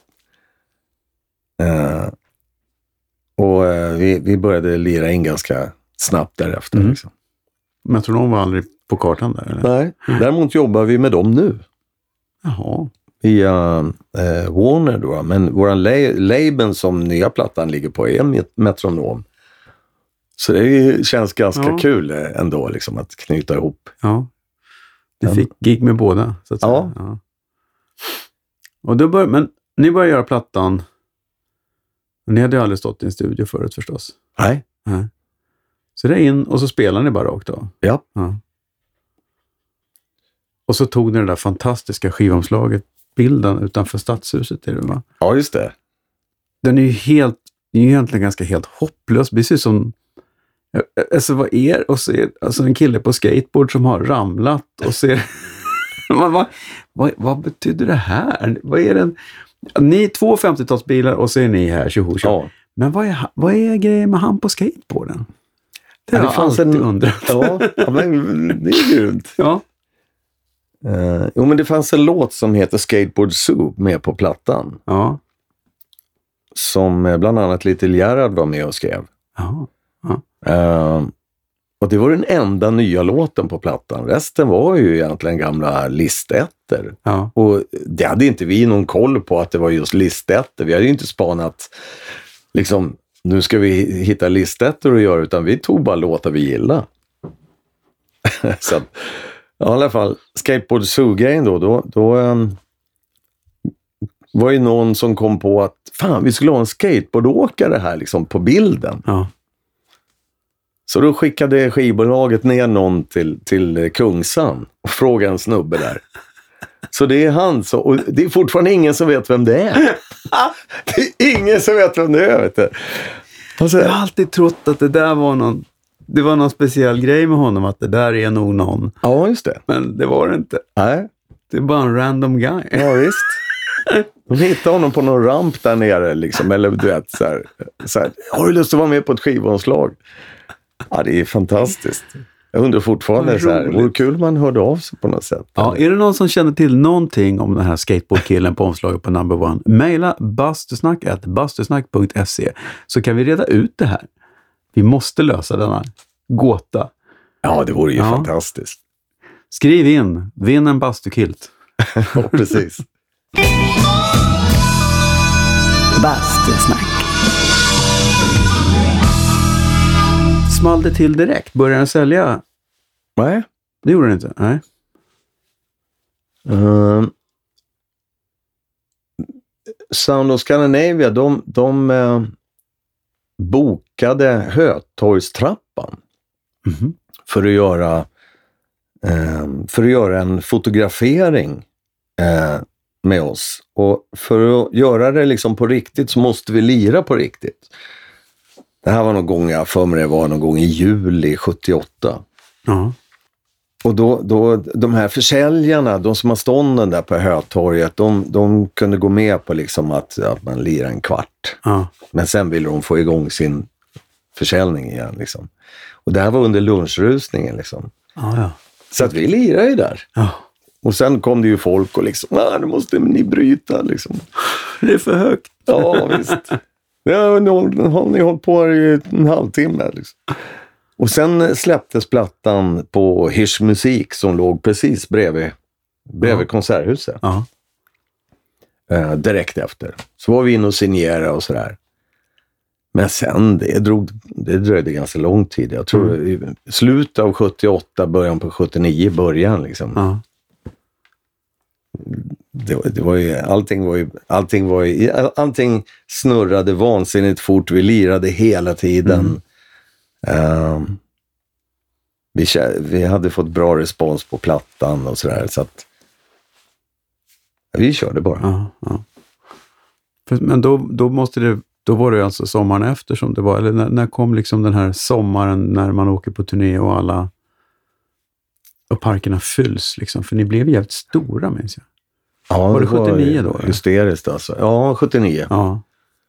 Speaker 1: Eh, och eh, vi, vi började lira in ganska snabbt därefter. Mm. Liksom.
Speaker 2: Metronom var aldrig på kartan där, eller?
Speaker 1: Nej, däremot jobbar vi med dem nu.
Speaker 2: Jaha.
Speaker 1: Via eh, Warner då, men våran la- label som nya plattan ligger på är Metronom. Så det känns ganska ja. kul ändå liksom att knyta ihop.
Speaker 2: Ja. Du fick gig med båda, så att säga.
Speaker 1: Ja.
Speaker 2: ja. Och då bör, men ni började göra plattan. Ni hade ju aldrig stått i en studio förut förstås.
Speaker 1: Nej.
Speaker 2: Nej. Så det är in och så spelar ni bara rakt då.
Speaker 1: Ja.
Speaker 2: ja. Och så tog ni det där fantastiska skivomslaget, bilden utanför Stadshuset, är det va?
Speaker 1: Ja, just det.
Speaker 2: Den är ju helt, är ju egentligen ganska helt hopplös. Precis som, alltså vad är, och så är, alltså en kille på skateboard som har ramlat och ser, vad, vad, vad, vad betyder det här? Vad är den? Ni är två femtiotalsbilar och så är ni här, tjoho, tjoho. Ja. Men vad är, vad är grejen med han på skateboarden? Det, ja, det fanns en undrat.
Speaker 1: Ja, ja, men det är grymt.
Speaker 2: Ja.
Speaker 1: Uh, jo, men det fanns en låt som heter Skateboard Soup med på plattan.
Speaker 2: Ja.
Speaker 1: Som bland annat Little Gerhard var med och skrev.
Speaker 2: Ja. Ja.
Speaker 1: Uh, och det var den enda nya låten på plattan. Resten var ju egentligen gamla listetter.
Speaker 2: Ja.
Speaker 1: Och det hade inte vi någon koll på att det var just listetter. Vi hade ju inte spanat liksom, nu ska vi hitta listetter att göra, utan vi tog bara låtar vi gillade. Så att, ja, i alla fall, Skateboard Zoo-grejen då, då, då um, var ju någon som kom på att fan, vi skulle ha en skateboardåkare här liksom på bilden.
Speaker 2: Ja.
Speaker 1: Så då skickade skivbolaget ner någon till, till Kungsan och frågade en snubbe där. Så det är han, så, och det är fortfarande ingen som vet vem det är. Det är ingen som vet vem det är, vet du.
Speaker 2: Så, jag har alltid trott att det där var någon, det var någon speciell grej med honom, att det där är nog någon.
Speaker 1: Ja, just det.
Speaker 2: Men det var det inte.
Speaker 1: Nej.
Speaker 2: Det är bara en random guy.
Speaker 1: Ja, visst. De hittade honom på någon ramp där nere, liksom. Eller du vet, så här, så här, har du lust att vara med på ett skivomslag? Ja, det är fantastiskt. Jag undrar fortfarande så här, vore kul man hörde av sig på något sätt.
Speaker 2: Ja, är det någon som känner till någonting om den här skateboardkillen på omslaget på Number One? Maila bastusnack at bastusnack punkt se så kan vi reda ut det här. Vi måste lösa den här gåta.
Speaker 1: Ja, det vore ju
Speaker 2: ja.
Speaker 1: fantastiskt.
Speaker 2: Skriv in, vinn en bastukilt.
Speaker 1: Ja, precis.
Speaker 2: Bastusnack. Small det till direkt? Började den sälja?
Speaker 1: Nej.
Speaker 2: Det gjorde den inte? Nej.
Speaker 1: Uh, Sound of Scandinavia, de, de uh, bokade Hötorgstrappan mm-hmm. för att göra uh, för att göra en fotografering uh, med oss. Och för att göra det liksom på riktigt så måste vi lira på riktigt. Det här var någon gång, jag för mig det var någon gång i juli sjuttioåtta.
Speaker 2: Ja.
Speaker 1: Och då, då, de här försäljarna, de som har stånden där på Hötorget, de, de kunde gå med på liksom att, att man lirar en kvart.
Speaker 2: Ja.
Speaker 1: Men sen ville de få igång sin försäljning igen. Liksom. Och det här var under lunchrusningen. Liksom.
Speaker 2: Ja, ja.
Speaker 1: Så att vi lirade ju där.
Speaker 2: Ja.
Speaker 1: Och sen kom det ju folk och liksom, ah, nu måste ni bryta. Liksom.
Speaker 2: Det är för högt.
Speaker 1: Ja, visst. Ja, nu har ni hållit på i en halvtimme. Liksom. Och sen släpptes plattan på Hirsch Musik som låg precis bredvid, bredvid ja. konserthuset.
Speaker 2: Ja.
Speaker 1: Eh, direkt efter. Så var vi inne och signerade och sådär. Men sen, det, drog, det dröjde ganska lång tid. Jag tror mm. i slutet av sjuttioåtta, början på sjuttionio, början liksom.
Speaker 2: Ja.
Speaker 1: Det, det var ju, allting var ju, allting var ju, allting snurrade vansinnigt fort. Vi lirade hela tiden. Mm. Um, vi, vi hade fått bra respons på plattan och sådär, så att vi körde bara.
Speaker 2: Ja, ja. För, men då, då måste det, då var det alltså sommaren efter som det var, eller när, när kom liksom den här sommaren när man åker på turné och alla och parkerna fylls liksom, för ni blev jävligt stora, minns jag.
Speaker 1: Ja,
Speaker 2: var det, det sjuttionio då?
Speaker 1: Hysteriskt alltså. Ja, sjuttionio.
Speaker 2: Ja.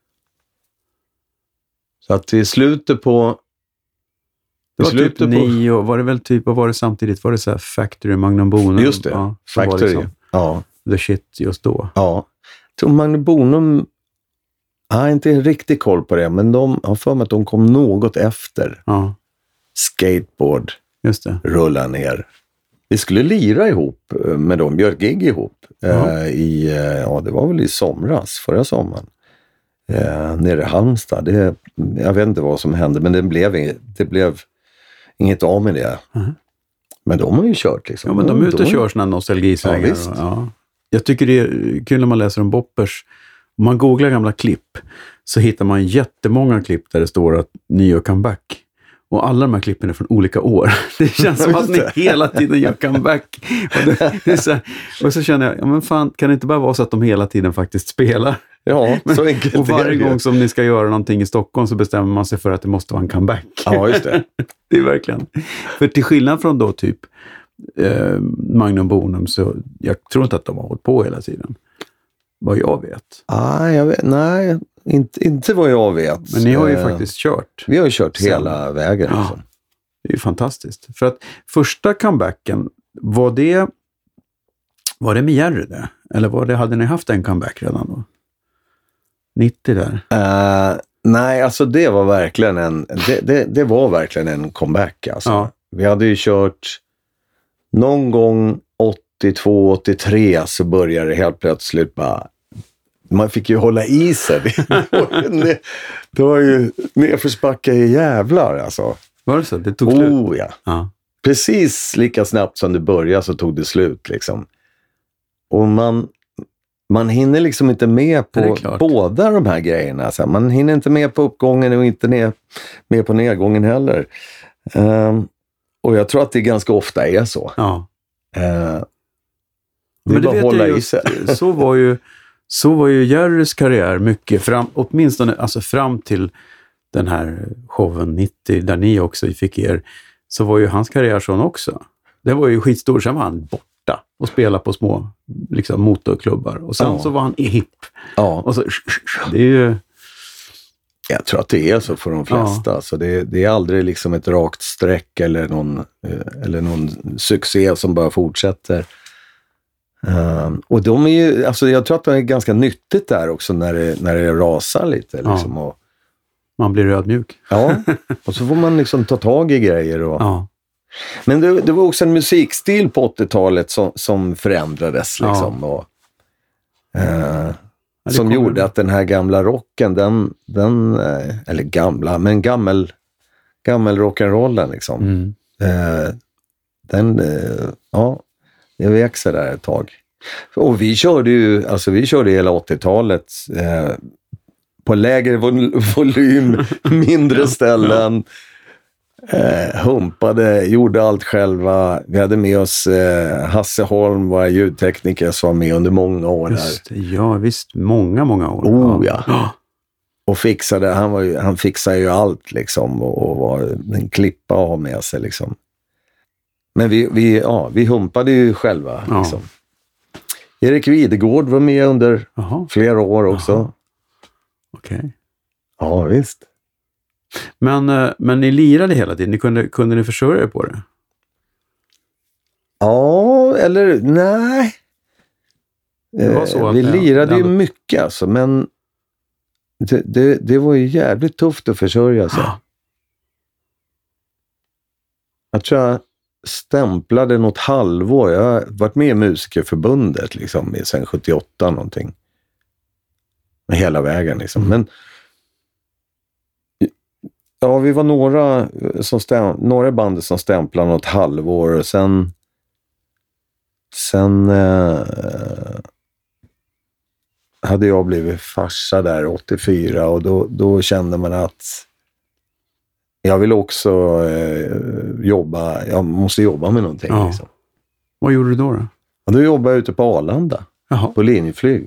Speaker 1: Så att i slutet på
Speaker 2: det var typ nio, var det väl typ, vad var det samtidigt? Var det så här Factory, Magnum Bonum?
Speaker 1: Just det,
Speaker 2: ja,
Speaker 1: Factory.
Speaker 2: Liksom
Speaker 1: ja.
Speaker 2: The shit just då.
Speaker 1: Ja. Jag tror Magnum Bonum, jag har inte riktigt koll på det, men de har för mig att de kom något efter.
Speaker 2: Ja.
Speaker 1: Skateboard.
Speaker 2: Just det.
Speaker 1: Rulla ner. Vi skulle lira ihop med dem, gör gig ihop.
Speaker 2: Ja.
Speaker 1: Eh, i, ja, det var väl i somras, förra sommaren. Eh, nere i Halmstad. Det, jag vet inte vad som hände, men det blev, det blev inget av med det. Mm. Men de har ju kört liksom.
Speaker 2: Ja, men de är ute och kör såna nostalgisvängar.
Speaker 1: Ja, visst.
Speaker 2: Ja. Jag tycker det är kul när man läser om Boppers. Om man googlar gamla klipp så hittar man jättemånga klipp där det står att ni gör comeback. Och alla de här klippen är från olika år. Det känns som att ni hela tiden gör comeback. Och, det, det är så här, och så känner jag, ja men fan, kan det inte bara vara så att de hela tiden faktiskt spelar?
Speaker 1: Ja,
Speaker 2: men,
Speaker 1: så enkelt.
Speaker 2: Och varje gång som ni ska göra någonting i Stockholm så bestämmer man sig för att det måste vara en comeback.
Speaker 1: Ja, just det.
Speaker 2: Det är verkligen. För till skillnad från då typ eh, Magnum Bonum, så jag tror inte att de har hållit på hela tiden. Vad jag vet.
Speaker 1: Ah, jag vet nej, inte, inte vad jag vet.
Speaker 2: Men ni har ju
Speaker 1: eh,
Speaker 2: faktiskt kört.
Speaker 1: Vi har ju kört
Speaker 2: sen.
Speaker 1: hela vägen.
Speaker 2: Ja,
Speaker 1: liksom.
Speaker 2: det är ju fantastiskt. För att första comebacken, var det var det med Jerry det? Eller var det, hade ni haft en comeback redan då? nittio där?
Speaker 1: Uh, nej, alltså det var verkligen en det, det, det var verkligen en comeback alltså.
Speaker 2: Ja.
Speaker 1: Vi hade ju kört någon gång åttiotvå åttiotre så började det helt plötsligt bara, man fick ju hålla i sig. Det var ju nedförsbacka i jävlar alltså.
Speaker 2: Var det så? Det tog slut?
Speaker 1: Oh ja.
Speaker 2: Ja.
Speaker 1: Precis lika snabbt som det började så tog det slut liksom. Och man man hinner liksom inte med på båda de här grejerna. Alltså, man hinner inte med på uppgången och inte ner, med på nedgången heller. Um, och jag tror att det ganska ofta är så.
Speaker 2: Ja.
Speaker 1: Uh, det
Speaker 2: Men
Speaker 1: är bara att hålla i sig.
Speaker 2: Så var ju så var ju Jerrys karriär mycket fram, åtminstone alltså fram till den här showen nittio där ni också fick er, så var ju hans karriär sån också. Det var ju skitstor, sen var han borta och spelade på små liksom motorklubbar och sen ja. så var han i hipp.
Speaker 1: Ja.
Speaker 2: Och så det är ju,
Speaker 1: jag tror att det är så för de flesta. Ja. Så det, det är aldrig liksom ett rakt streck eller någon, eller någon succé som bara fortsätter. Um, och de är ju, alltså jag tror att det är ganska nyttigt där också när det, när det rasar lite liksom, ja. och,
Speaker 2: Man blir rödmjuk.
Speaker 1: Ja, och så får man liksom ta tag i grejer. Och...
Speaker 2: Ja.
Speaker 1: Men det, det var också en musikstil på åttiotalet som, som förändrades liksom. Ja. Och, eh, ja, som gjorde med. Att den här gamla rocken, den, den eh, eller gamla, men gammel, gammel rock'n'rollen liksom. Mm. Eh, den, eh, ja, det växer där ett tag. Och vi körde ju, alltså vi körde hela åttiotalet eh, på lägre vol- volym, mindre ställen. Eh, humpade, gjorde allt själva. Vi hade med oss eh, Hasse Holm, våra ljudtekniker, som var med under många år.
Speaker 2: Just, ja, visst. Många, många år.
Speaker 1: Oh, ja. ja. Och fixade, han, var ju, han fixade ju allt liksom. Och, och var en klippa av med sig liksom. Men vi, vi, ja, vi humpade ju själva
Speaker 2: ja.
Speaker 1: liksom. Erik Videgård var med under Aha. flera år också.
Speaker 2: Okej. Okay.
Speaker 1: Ja, visst.
Speaker 2: Men, men ni lirade hela tiden? Ni kunde, kunde ni försörja er på det?
Speaker 1: Ja, eller nej. Det var så att vi lirade ju mycket alltså, men det, det, det var ju jävligt tufft att försörja sig. Ja. Jag tror jag stämplade något halvår. Jag har varit med i Musikerförbundet liksom, sedan sjuttioåtta någonting. Hela vägen liksom. Mm. Men ja, vi var några som stäm, några band som stämplade något halvår och sen sen eh, hade jag blivit farsa där åttiofyra och då, då kände man att jag vill också eh, jobba, jag måste jobba med någonting. Ja. Liksom.
Speaker 2: Vad gjorde du då då?
Speaker 1: Och då jobbade jag ute på Arlanda. Jaha. På Linjeflyg.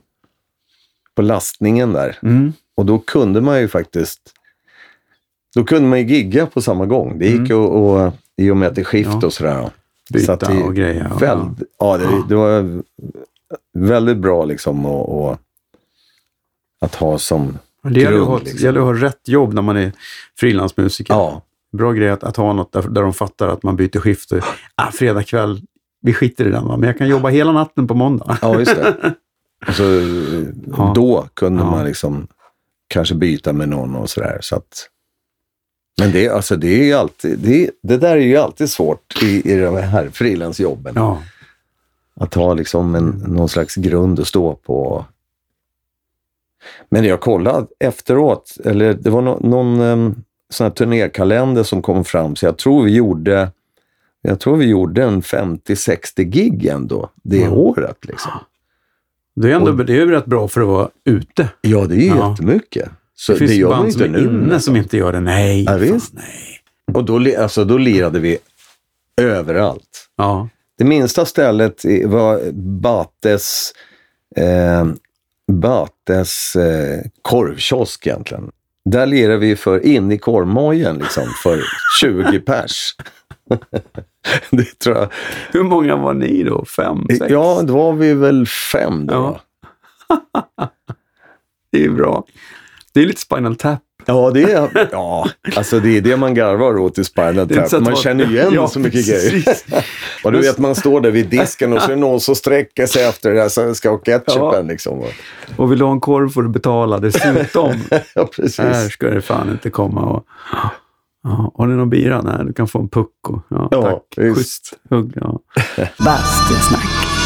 Speaker 1: På lastningen där. Mm. Och då kunde man ju faktiskt Då kunde man ju gigga på samma gång. Det gick mm. och, och i och med att det skift ja. och sådär.
Speaker 2: Byta så i, och grejer. Ja,
Speaker 1: väldigt, ja det, ja. det var väldigt bra liksom och, och att ha som
Speaker 2: det gäller grund. Det liksom. gäller att ha rätt jobb när man är frilansmusiker. Ja. Bra grej att, att ha något där, där de fattar att man byter skift. Och, ah, fredag kväll, vi skiter i den va? Men jag kan jobba hela natten på måndag.
Speaker 1: Ja, just det. Och så, ja. Då kunde ja. man liksom kanske byta med någon och sådär. Så att men det, alltså det är ju alltid, det, det där är ju alltid svårt i, i de här frilansjobben. Ja. Att ha liksom en, någon slags grund att stå på. Men jag kollade efteråt, eller det var no, någon um, sån här turnékalender som kom fram, så jag tror vi gjorde, jag tror vi gjorde en femtio sextio gig ändå det mm. året liksom.
Speaker 2: Det är ändå, Och, det är ju rätt bra för att vara ute.
Speaker 1: Ja, det är ju ja. jättemycket. Så
Speaker 2: det finns
Speaker 1: det gör
Speaker 2: band
Speaker 1: inte
Speaker 2: som är
Speaker 1: nu,
Speaker 2: inne som inte gör det. Nej,
Speaker 1: ja, fan, nej. Och då, alltså, då lirade vi överallt.
Speaker 2: Ja.
Speaker 1: Det minsta stället var Bates eh, Bates eh, korvkiosk egentligen. Där lirade vi för in i korvmojen liksom, för tjugo pers. Det tror jag.
Speaker 2: Hur många var ni då? Fem, sex?
Speaker 1: Ja, då var vi väl fem då.
Speaker 2: Ja. Det är bra. Det är lite Spinal Tap.
Speaker 1: Ja, det är, ja, alltså det är det man garvar åt i Spinal Tap. Man känner igen ja, så mycket grejer. Och du vet, man står där vid disken och så är det någon som sträcker sig efter det där svenska och ketchupen. Ja. Liksom.
Speaker 2: Och vill du ha en korv får du betala dessutom.
Speaker 1: Ja, precis.
Speaker 2: Här ska det fan inte komma. Och, ja, har ni någon bira? Nej, du kan få en pucko. Ja, ja, tack. Just. Schysst hugg. Ja. Bastusnack.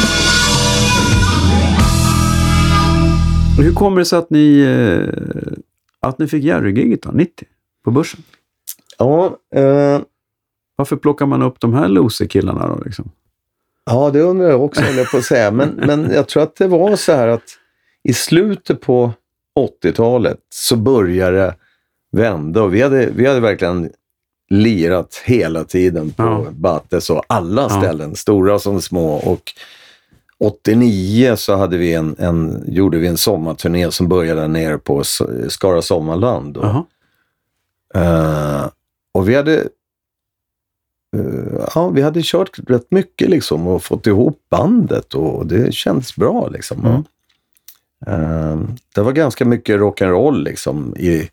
Speaker 2: Hur kommer det sig att ni att ni fick Jerry-giget då, nittio, på börsen?
Speaker 1: Ja. Eh,
Speaker 2: Varför plockar man upp de här loser-killarna då liksom?
Speaker 1: Ja, det undrar jag också, eller på att säga. Men, men jag tror att det var så här att i slutet på åttiotalet så började vända. Och vi hade, vi hade verkligen lirat hela tiden på ja. Bates och alla ställen, ja. Stora som små. Och åttionio så hade vi en, en, gjorde vi en sommarturné som började nere på Skara Sommarland. Och, uh, och vi hade uh, ja, vi hade kört rätt mycket liksom och fått ihop bandet och det kändes bra liksom. Mm. Uh, det var ganska mycket rock'n'roll liksom i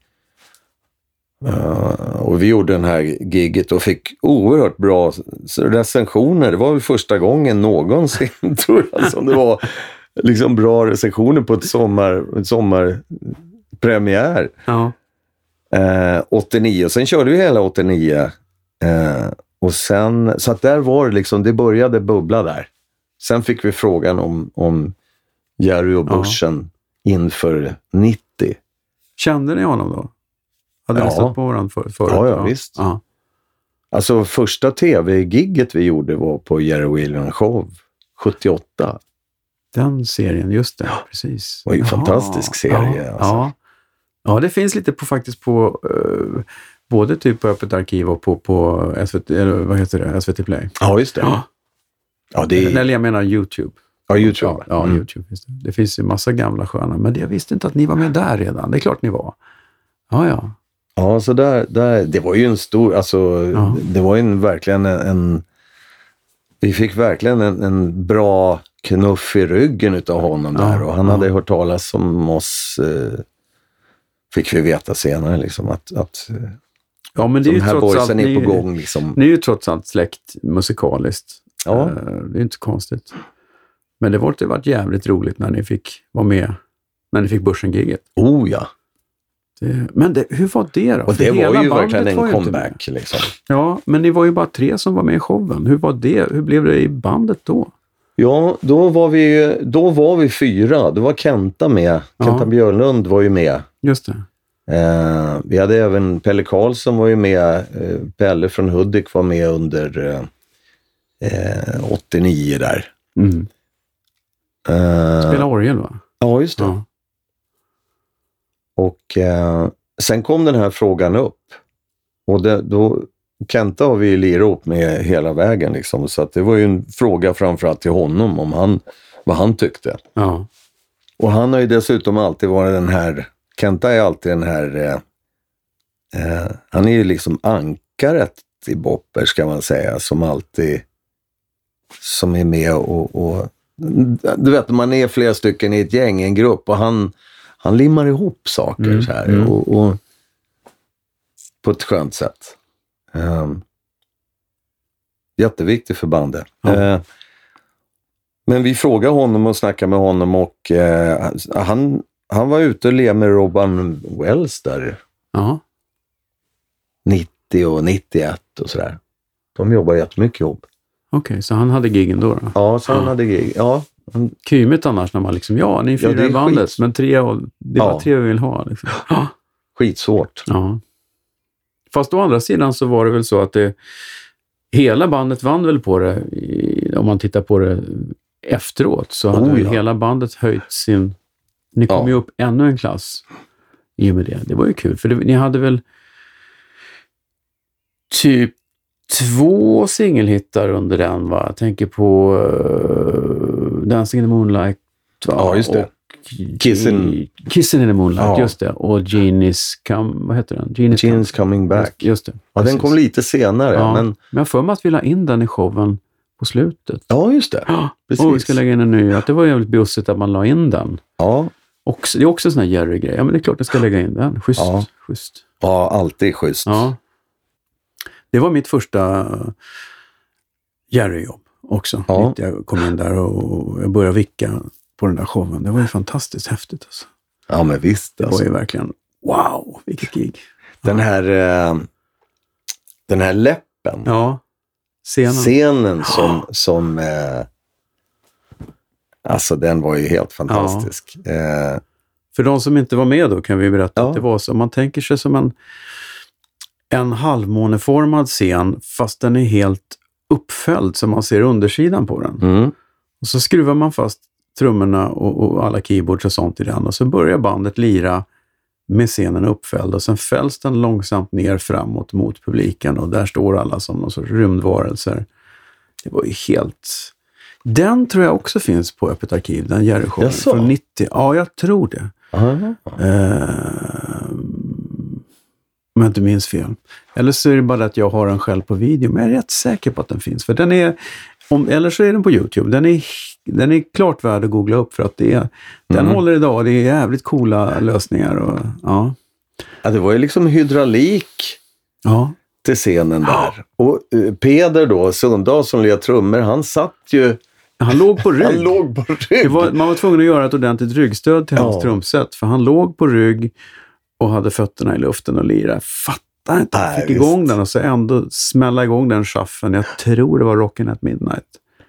Speaker 1: Uh, och vi gjorde den här giget och fick oerhört bra recensioner. Det var väl första gången någonsin tror jag som det var liksom bra recensioner på ett sommar, ett sommarpremiär.
Speaker 2: Ja.
Speaker 1: Eh, åttionio, sen körde vi hela åttionio. Eh, och sen, så att där var det liksom, det började bubbla där. Sen fick vi frågan om, om Jerry och Börsen ja. inför nittio.
Speaker 2: Kände ni honom då? Hade
Speaker 1: ja.
Speaker 2: ni stått på varandra för, förut?
Speaker 1: Ja, ja, visst. Ja. Alltså första tv-gigget vi gjorde var på Jerry Williams show sjuttioåtta.
Speaker 2: Den serien, just det, ja. precis.
Speaker 1: Det var ju en fantastisk serie.
Speaker 2: Ja,
Speaker 1: alltså.
Speaker 2: ja. ja, det finns lite på faktiskt på uh, både typ på Öppet arkiv och på, på S V T, eller vad heter det, S V T Play.
Speaker 1: Ja, just det.
Speaker 2: Ja.
Speaker 1: Ja, det är...
Speaker 2: Eller jag menar YouTube.
Speaker 1: Ja, YouTube.
Speaker 2: Ja, ja mm. YouTube. Just det. det finns ju massa gamla sköna, men jag visste inte att ni var med där redan. Det är klart ni var. Ja, ja.
Speaker 1: Ja, så där, där det var ju en stor, alltså ja. det var ju en, verkligen en, en vi fick verkligen en, en bra knuff i ryggen utav honom ja, där och han ja. hade hört talas om oss eh, fick vi veta senare liksom att, att
Speaker 2: ja, men det är ju
Speaker 1: de här
Speaker 2: trots
Speaker 1: boysen
Speaker 2: allt,
Speaker 1: är på
Speaker 2: ni,
Speaker 1: gång liksom.
Speaker 2: Ni är ju trots allt släkt musikaliskt.
Speaker 1: Ja.
Speaker 2: Uh, det är inte konstigt. Men det var det varit jävligt roligt när ni fick vara med när ni fick Börsen-giget.
Speaker 1: Oh ja.
Speaker 2: Det, men det, hur var det då?
Speaker 1: Och det För var ju verkligen en comeback liksom.
Speaker 2: Ja, men ni var ju bara tre som var med i showen. Hur var det? Hur blev det i bandet då?
Speaker 1: Ja, då var vi, då var vi fyra. Då var Kenta med. Ja. Kenta Björnlund var ju med.
Speaker 2: Just det.
Speaker 1: Eh, vi hade även Pelle Karlsson var ju med. Eh, Pelle från Hudik var med under eh, åttionio där.
Speaker 2: Mm.
Speaker 1: Eh,
Speaker 2: Spela orgel va?
Speaker 1: Ja, just det.
Speaker 2: Ja.
Speaker 1: Och eh, sen kom den här frågan upp. Och det, då, Kenta har vi lirat upp med hela vägen liksom. Så att det var ju en fråga framförallt till honom om han, vad han tyckte.
Speaker 2: Ja.
Speaker 1: Och han har ju dessutom alltid varit den här, Kenta är alltid den här, eh, eh, han är ju liksom ankaret i Bopper ska man säga. Som alltid, som är med och, och du vet man är flera stycken i ett gäng, en grupp och han Han limmar ihop saker mm, så här mm. och, och på ett skönt sätt. Um, jätteviktigt för bandet. Ja. Uh, men vi frågade honom och snackade med honom och uh, han, han var ute och led med Robin Wells där.
Speaker 2: Ja.
Speaker 1: nittio och nittioett och sådär. De jobbar jättemycket ihop.
Speaker 2: Okej, okay, så han hade giggen då? då?
Speaker 1: Ja, så han ja. hade gig. Ja.
Speaker 2: Kymigt annars när man liksom, ja, ni är fyra ja, i bandet, skit. men tre, och, det är ja. bara tre vi vill ha. Liksom. Ja.
Speaker 1: Skitsvårt.
Speaker 2: Ja. Fast å andra sidan så var det väl så att det, hela bandet vann väl på det, i, om man tittar på det efteråt, så hade oh, ja. hela bandet höjt sin, ni kom ja. ju upp ännu en klass i och med det. Det var ju kul, för det, ni hade väl typ två singelhittar under den, va? Jag tänker på uh, Dancing in the Moonlight, va?
Speaker 1: Ja, just det. Kissing.
Speaker 2: Kissing in the Moonlight, ja. just det. Och Genie's come, vad heter den?
Speaker 1: Genie's, Genie's coming back.
Speaker 2: Just, just det.
Speaker 1: Ja, den kom lite senare.
Speaker 2: Ja.
Speaker 1: Men...
Speaker 2: men jag får mig att vi la in den i showen på slutet.
Speaker 1: Ja, just det.
Speaker 2: Ja. Och vi ska lägga in en ny. Att det var jävligt bussigt att man la in den.
Speaker 1: Ja.
Speaker 2: Och, det är också en sån här Jerry-grej. Ja, men det är klart att jag ska lägga in den. Schysst.
Speaker 1: Ja,
Speaker 2: schysst.
Speaker 1: Ja alltid schysst.
Speaker 2: Ja. Det var mitt första Jerry-jobb också.
Speaker 1: Ja.
Speaker 2: Jag kom in där och jag började vicka på den där showen. Det var ju fantastiskt häftigt. Alltså.
Speaker 1: Ja, men visst.
Speaker 2: Det
Speaker 1: alltså.
Speaker 2: var ju verkligen, wow, vilket gig.
Speaker 1: Den här, eh, den här läppen.
Speaker 2: Ja, scenen.
Speaker 1: Scenen som, som eh, alltså den var ju helt fantastisk. Ja. Eh,
Speaker 2: För de som inte var med då kan vi berätta
Speaker 1: ja.
Speaker 2: att det var så. Man tänker sig som en en halvmåneformad scen, fast den är helt uppföljd så man ser undersidan på den.
Speaker 1: Mm.
Speaker 2: Och så skruvar man fast trummorna och, och alla keyboards och sånt i den. Och så börjar bandet lira med scenen uppfälld. Och sen fälls den långsamt ner framåt mot publiken. Och där står alla som någon sorts rymdvarelser. Det var ju helt... Den tror jag också finns på Öppet arkiv, den Jerry-showen från nittio. Ja, jag tror det.
Speaker 1: Uh-huh.
Speaker 2: Uh, om jag inte minns fel. Eller så är det bara att jag har den själv på video. Men jag är rätt säker på att den finns. För den är, om, eller så är den på YouTube. Den är, den är klart värd att googla upp. För att det är, mm. den håller idag. Det är jävligt coola lösningar. Och, ja.
Speaker 1: Ja, det var ju liksom hydraulik
Speaker 2: ja.
Speaker 1: till scenen där. Och uh, Peder då, Sundahl som led trummor, han satt ju...
Speaker 2: Han låg på rygg.
Speaker 1: Han låg på rygg.
Speaker 2: Det var, man var tvungen att göra ett ordentligt ryggstöd till hans
Speaker 1: ja.
Speaker 2: trumset. För han låg på rygg. och hade fötterna i luften och lirade. Fattar inte, jag fick
Speaker 1: Nej,
Speaker 2: igång
Speaker 1: visst.
Speaker 2: den och så ändå smälla igång den schaffen. Jag tror det var Rockin' at Midnight.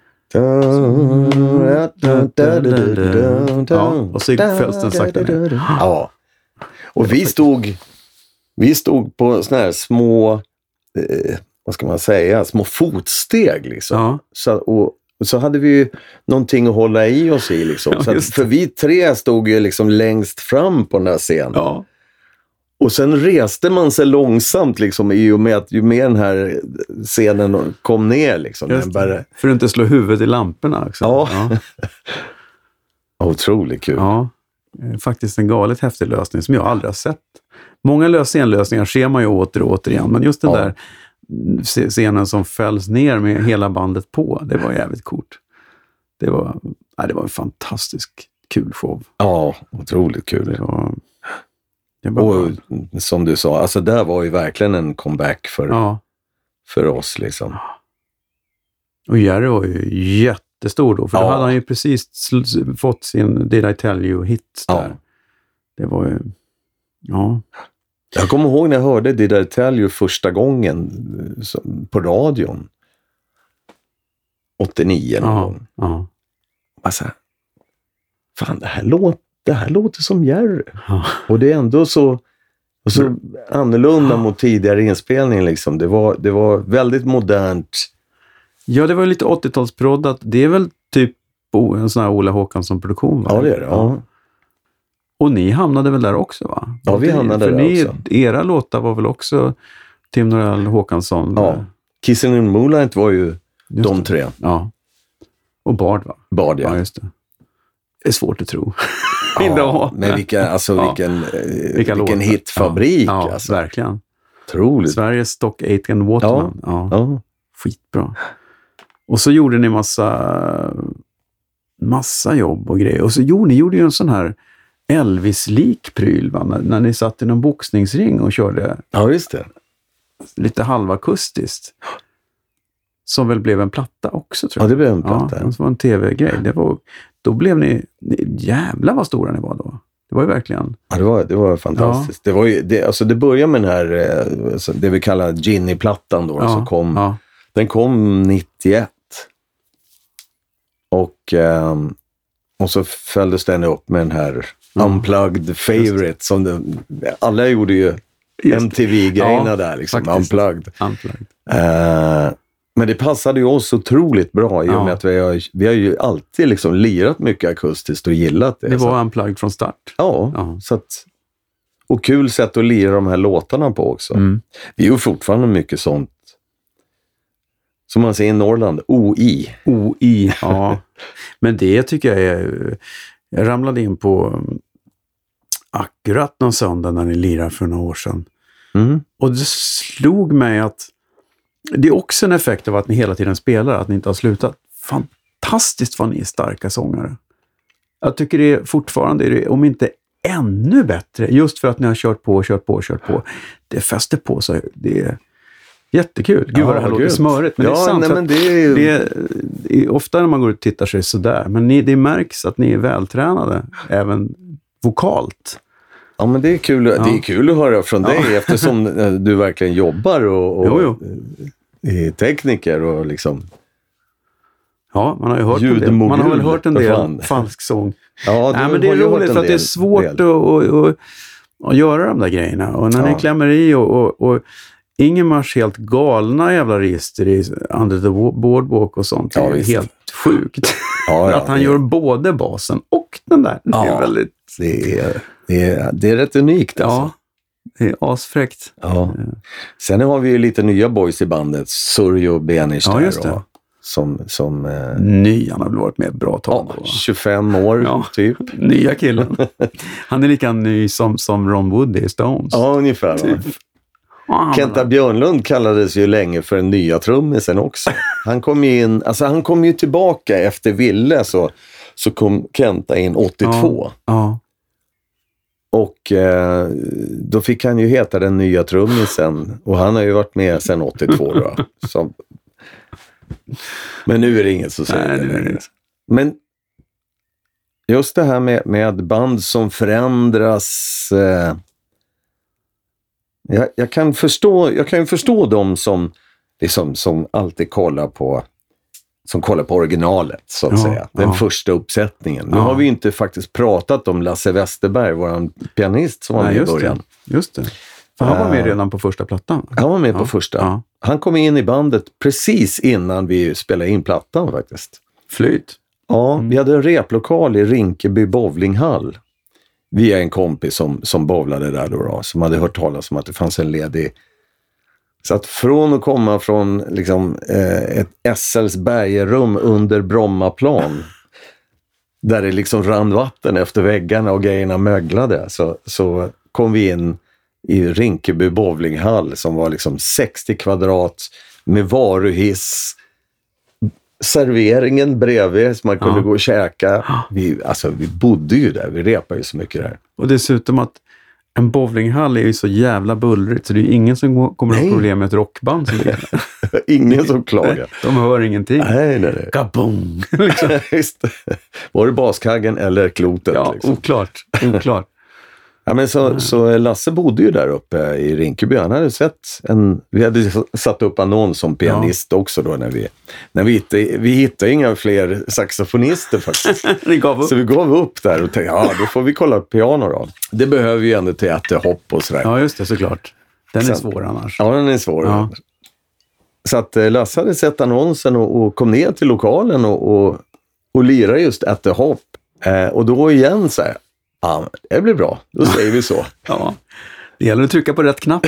Speaker 2: Ja, och så följs den sakta ner.
Speaker 1: Ja. Och vi stod vi stod på såna här små eh, vad ska man säga, små fotsteg liksom.
Speaker 2: Ja.
Speaker 1: Så, och, och så hade vi ju någonting att hålla i oss i liksom.
Speaker 2: Ja,
Speaker 1: Så att, för vi tre stod ju liksom längst fram på den här scenen.
Speaker 2: Ja.
Speaker 1: Och sen reste man sig långsamt liksom, i och med att ju mer den här scenen kom ner liksom. Den bara...
Speaker 2: För att inte slå huvudet i lamporna också.
Speaker 1: Ja.
Speaker 2: Ja.
Speaker 1: Otroligt kul.
Speaker 2: Ja. Faktiskt en galet häftig lösning som jag aldrig har sett. Många lös- scenlösningar ser man ju åter och återigen. Men just den
Speaker 1: Ja.
Speaker 2: där scenen som fälls ner med hela bandet på, det var jävligt coolt. Det var, nej, det var en fantastisk kul show.
Speaker 1: Ja, otroligt kul.
Speaker 2: Det var, det var
Speaker 1: Och som du sa, alltså där var ju verkligen en comeback för,
Speaker 2: ja.
Speaker 1: för oss liksom.
Speaker 2: Och Jerry var ju jättestor då, för då
Speaker 1: Ja.
Speaker 2: hade han ju precis sl- fått sin Did I Tell You-hit där.
Speaker 1: Ja.
Speaker 2: Det var ju, ja.
Speaker 1: Jag kommer ihåg när jag hörde Did I Tell You första gången på radion. åttionio någon
Speaker 2: Ja,
Speaker 1: gång.
Speaker 2: ja.
Speaker 1: Alltså, fan, det här, låt, det här låter som Jerry.
Speaker 2: Ja.
Speaker 1: Och det är ändå så, och så annorlunda mot tidigare inspelning liksom. Det var, det var väldigt modernt.
Speaker 2: Ja, det var ju lite åttiotalsproddat. Det är väl typ en sån här Ola Håkansson-produktion, va?
Speaker 1: Ja, det är det. Ja.
Speaker 2: Och ni hamnade väl där också, va?
Speaker 1: Ja, vi hamnade
Speaker 2: för
Speaker 1: där
Speaker 2: ni,
Speaker 1: också.
Speaker 2: Era låtar var väl också Tim Norell, Håkansson?
Speaker 1: Ja. Kissing in the Moonlight var ju
Speaker 2: Just
Speaker 1: de
Speaker 2: det.
Speaker 1: tre.
Speaker 2: Ja. Och Bard, va?
Speaker 1: Bard, ja.
Speaker 2: Ja, just det. Det är svårt att tro.
Speaker 1: Ja,
Speaker 2: Idag.
Speaker 1: men vilka, alltså,
Speaker 2: Ja.
Speaker 1: vilken, eh,
Speaker 2: Vilka
Speaker 1: vilken
Speaker 2: låtar.
Speaker 1: hitfabrik.
Speaker 2: Ja, ja
Speaker 1: alltså.
Speaker 2: verkligen.
Speaker 1: Otroligt.
Speaker 2: Sveriges Stock Aitken Waterman. Ja. Ja.
Speaker 1: Ja.
Speaker 2: Skitbra. Och så gjorde ni massa massa jobb och grejer. Och så jo, ni gjorde ju en sån här Elvis-lik pryl, va? När, när ni satt i någon boxningsring och körde
Speaker 1: ja, just det.
Speaker 2: lite halvakustiskt. Som väl blev en platta också, tror
Speaker 1: Ja,
Speaker 2: jag.
Speaker 1: det blev en platta.
Speaker 2: Ja, det var en tv-grej. Det var, då blev ni, ni... Jävlar vad stora ni var då. Det var ju verkligen...
Speaker 1: Ja, det var, det var fantastiskt. Ja. Det, var ju, det, alltså det började med den här, eh, det vi kallar Ginny-plattan då.
Speaker 2: Ja,
Speaker 1: som kom,
Speaker 2: ja.
Speaker 1: Den kom nittioett. Och, eh, och så följdes den upp med den här
Speaker 2: Ja.
Speaker 1: Unplugged Favorite. Som det, alla gjorde ju M T V-grejerna
Speaker 2: Ja,
Speaker 1: där. Liksom,
Speaker 2: faktiskt.
Speaker 1: Unplugged.
Speaker 2: Unplugged.
Speaker 1: Eh, men det passade ju oss otroligt bra i och
Speaker 2: Ja.
Speaker 1: med att vi har, vi har ju alltid liksom lirat mycket akustiskt och gillat det.
Speaker 2: Det
Speaker 1: så.
Speaker 2: var Unplugged från start.
Speaker 1: Ja,
Speaker 2: Ja.
Speaker 1: så att, och kul sätt att lira de här låtarna på också.
Speaker 2: Mm.
Speaker 1: Vi gör fortfarande mycket sånt. Som man säger i Norrland, O I.
Speaker 2: O I, ja. Men det tycker jag är... Jag ramlade in på um, akkurat någon söndag när ni lirade för några år sedan.
Speaker 1: Mm.
Speaker 2: Och det slog mig att det är också en effekt av att ni hela tiden spelar, att ni inte har slutat. Fantastiskt vad ni är starka sångare. Jag tycker det är fortfarande, är det, om inte ännu bättre, just för att ni har kört på, kört på, kört på. Det fäster på sig. Det är jättekul. Gud
Speaker 1: Ja,
Speaker 2: vad det här låter
Speaker 1: gud.
Speaker 2: smörigt. Men
Speaker 1: Ja,
Speaker 2: det är sant.
Speaker 1: nej,
Speaker 2: för
Speaker 1: men
Speaker 2: att
Speaker 1: det är ju-
Speaker 2: det är, det är ofta när man går ut och tittar sig sådär. Men ni, det märks att ni är vältränade. Även vokalt.
Speaker 1: Ja, men det är kul, det är kul att höra från dig
Speaker 2: Ja.
Speaker 1: eftersom eh, du verkligen jobbar och, och
Speaker 2: Jo, jo.
Speaker 1: är tekniker och liksom...
Speaker 2: Ja, man har ju hört en del.
Speaker 1: Ljudmogul,
Speaker 2: Man har väl hört en
Speaker 1: vad
Speaker 2: del
Speaker 1: fan.
Speaker 2: falsk sång.
Speaker 1: Ja,
Speaker 2: Nej,
Speaker 1: du
Speaker 2: men det är
Speaker 1: har ju hört
Speaker 2: roligt
Speaker 1: en
Speaker 2: för att det är
Speaker 1: del-
Speaker 2: svårt att,
Speaker 1: del.
Speaker 2: att, att, att göra de där grejerna. Och när
Speaker 1: Ja.
Speaker 2: ni klämmer i och, och, och Ingemars helt galna jävla register i Under the Boardwalk och sånt.
Speaker 1: Ja,
Speaker 2: det är
Speaker 1: visst.
Speaker 2: helt sjukt.
Speaker 1: Ja, ja,
Speaker 2: att han
Speaker 1: det-
Speaker 2: gör både basen och den där. Det är
Speaker 1: Ja.
Speaker 2: väldigt...
Speaker 1: Det är, det, är, det är rätt unikt alltså.
Speaker 2: Ja, det är asfräckt.
Speaker 1: Ja. Sen har vi ju lite nya boys i bandet. Surjo och Benish
Speaker 2: Ja,
Speaker 1: där.
Speaker 2: just det.
Speaker 1: Och, som som eh,
Speaker 2: Ny, han har väl varit med ett bra tag
Speaker 1: ja,
Speaker 2: då.
Speaker 1: tjugofem år
Speaker 2: Ja.
Speaker 1: typ.
Speaker 2: Nya killen. Han är lika ny som, som Ron Wood i Stones.
Speaker 1: Ja, ungefär. Va?
Speaker 2: Typ. Ja, han
Speaker 1: Kenta
Speaker 2: var-
Speaker 1: Björnlund kallades ju länge för en nya trummisen också. Han kom ju in, alltså han kom ju tillbaka efter Ville, så, så kom Kenta in åttiotvå.
Speaker 2: Ja.
Speaker 1: Och eh, då fick han ju heta den nya trummisen. Och han har ju varit med sedan åttiotvå då. Så, men nu är det inget så säger
Speaker 2: Nej,
Speaker 1: det
Speaker 2: nu är det
Speaker 1: längre.
Speaker 2: inget.
Speaker 1: Men just det här med, med band som förändras. Eh, Jag, jag kan förstå, jag kan förstå dem som, liksom, som alltid kollar på som kollar på originalet, så att
Speaker 2: ja,
Speaker 1: säga. Den
Speaker 2: ja.
Speaker 1: första uppsättningen. Nu
Speaker 2: ja.
Speaker 1: har vi ju inte faktiskt pratat om Lasse Westerberg, vår pianist som var med i början.
Speaker 2: Det. Just det. För han var med redan på första plattan.
Speaker 1: Han var med
Speaker 2: ja.
Speaker 1: på första.
Speaker 2: Ja.
Speaker 1: Han kom in i bandet precis innan vi spelade in plattan faktiskt.
Speaker 2: Flyt.
Speaker 1: Ja,
Speaker 2: mm.
Speaker 1: vi hade en replokal i Rinkeby bowlinghall. Vi är en kompis som, som bowlade där då, då, som hade hört talas om att det fanns en ledig. Så att från att komma från liksom, eh, ett S L:s bergerum under Brommaplan där det liksom rann vatten efter väggarna och grejerna möglade, så, så kom vi in i Rinkeby bowlinghall som var liksom sextio kvadrat med varuhiss, serveringen bredvid så man kunde ja. gå och käka. Vi, alltså, vi bodde ju där, vi repade ju så mycket där.
Speaker 2: Och dessutom att en bowlinghall är ju så jävla bullrigt så det är ingen som kommer att ha problem med ett rockband som det.
Speaker 1: Ingen som klagar.
Speaker 2: De hör ingenting.
Speaker 1: Nej, nej, nej.
Speaker 2: Kaboom! liksom.
Speaker 1: Just det. Var det baskaggen eller klotet?
Speaker 2: Ja,
Speaker 1: liksom.
Speaker 2: oklart. oklart.
Speaker 1: Ja, men så, så Lasse bodde ju där uppe i Rinkeby. Han hade sett en... Vi hade satt upp annons som pianist ja. också då när vi... När vi hittade, vi hittade inga fler saxofonister faktiskt.
Speaker 2: Ni gav upp.
Speaker 1: Så vi gav upp där och tänkte, ja då får vi kolla piano då. Det behöver ju ändå teaterhopp och sådär.
Speaker 2: Ja, just det, såklart. Den är
Speaker 1: Sen,
Speaker 2: svår annars.
Speaker 1: Ja, den är svår.
Speaker 2: Ja.
Speaker 1: Så att Lasse hade sett annonsen och, och kom ner till lokalen och, och, och lirade just ätterhopp. Eh, och då igen så här, ja, det blir bra. Då säger vi så.
Speaker 2: Ja, det gäller att trycka på rätt knapp.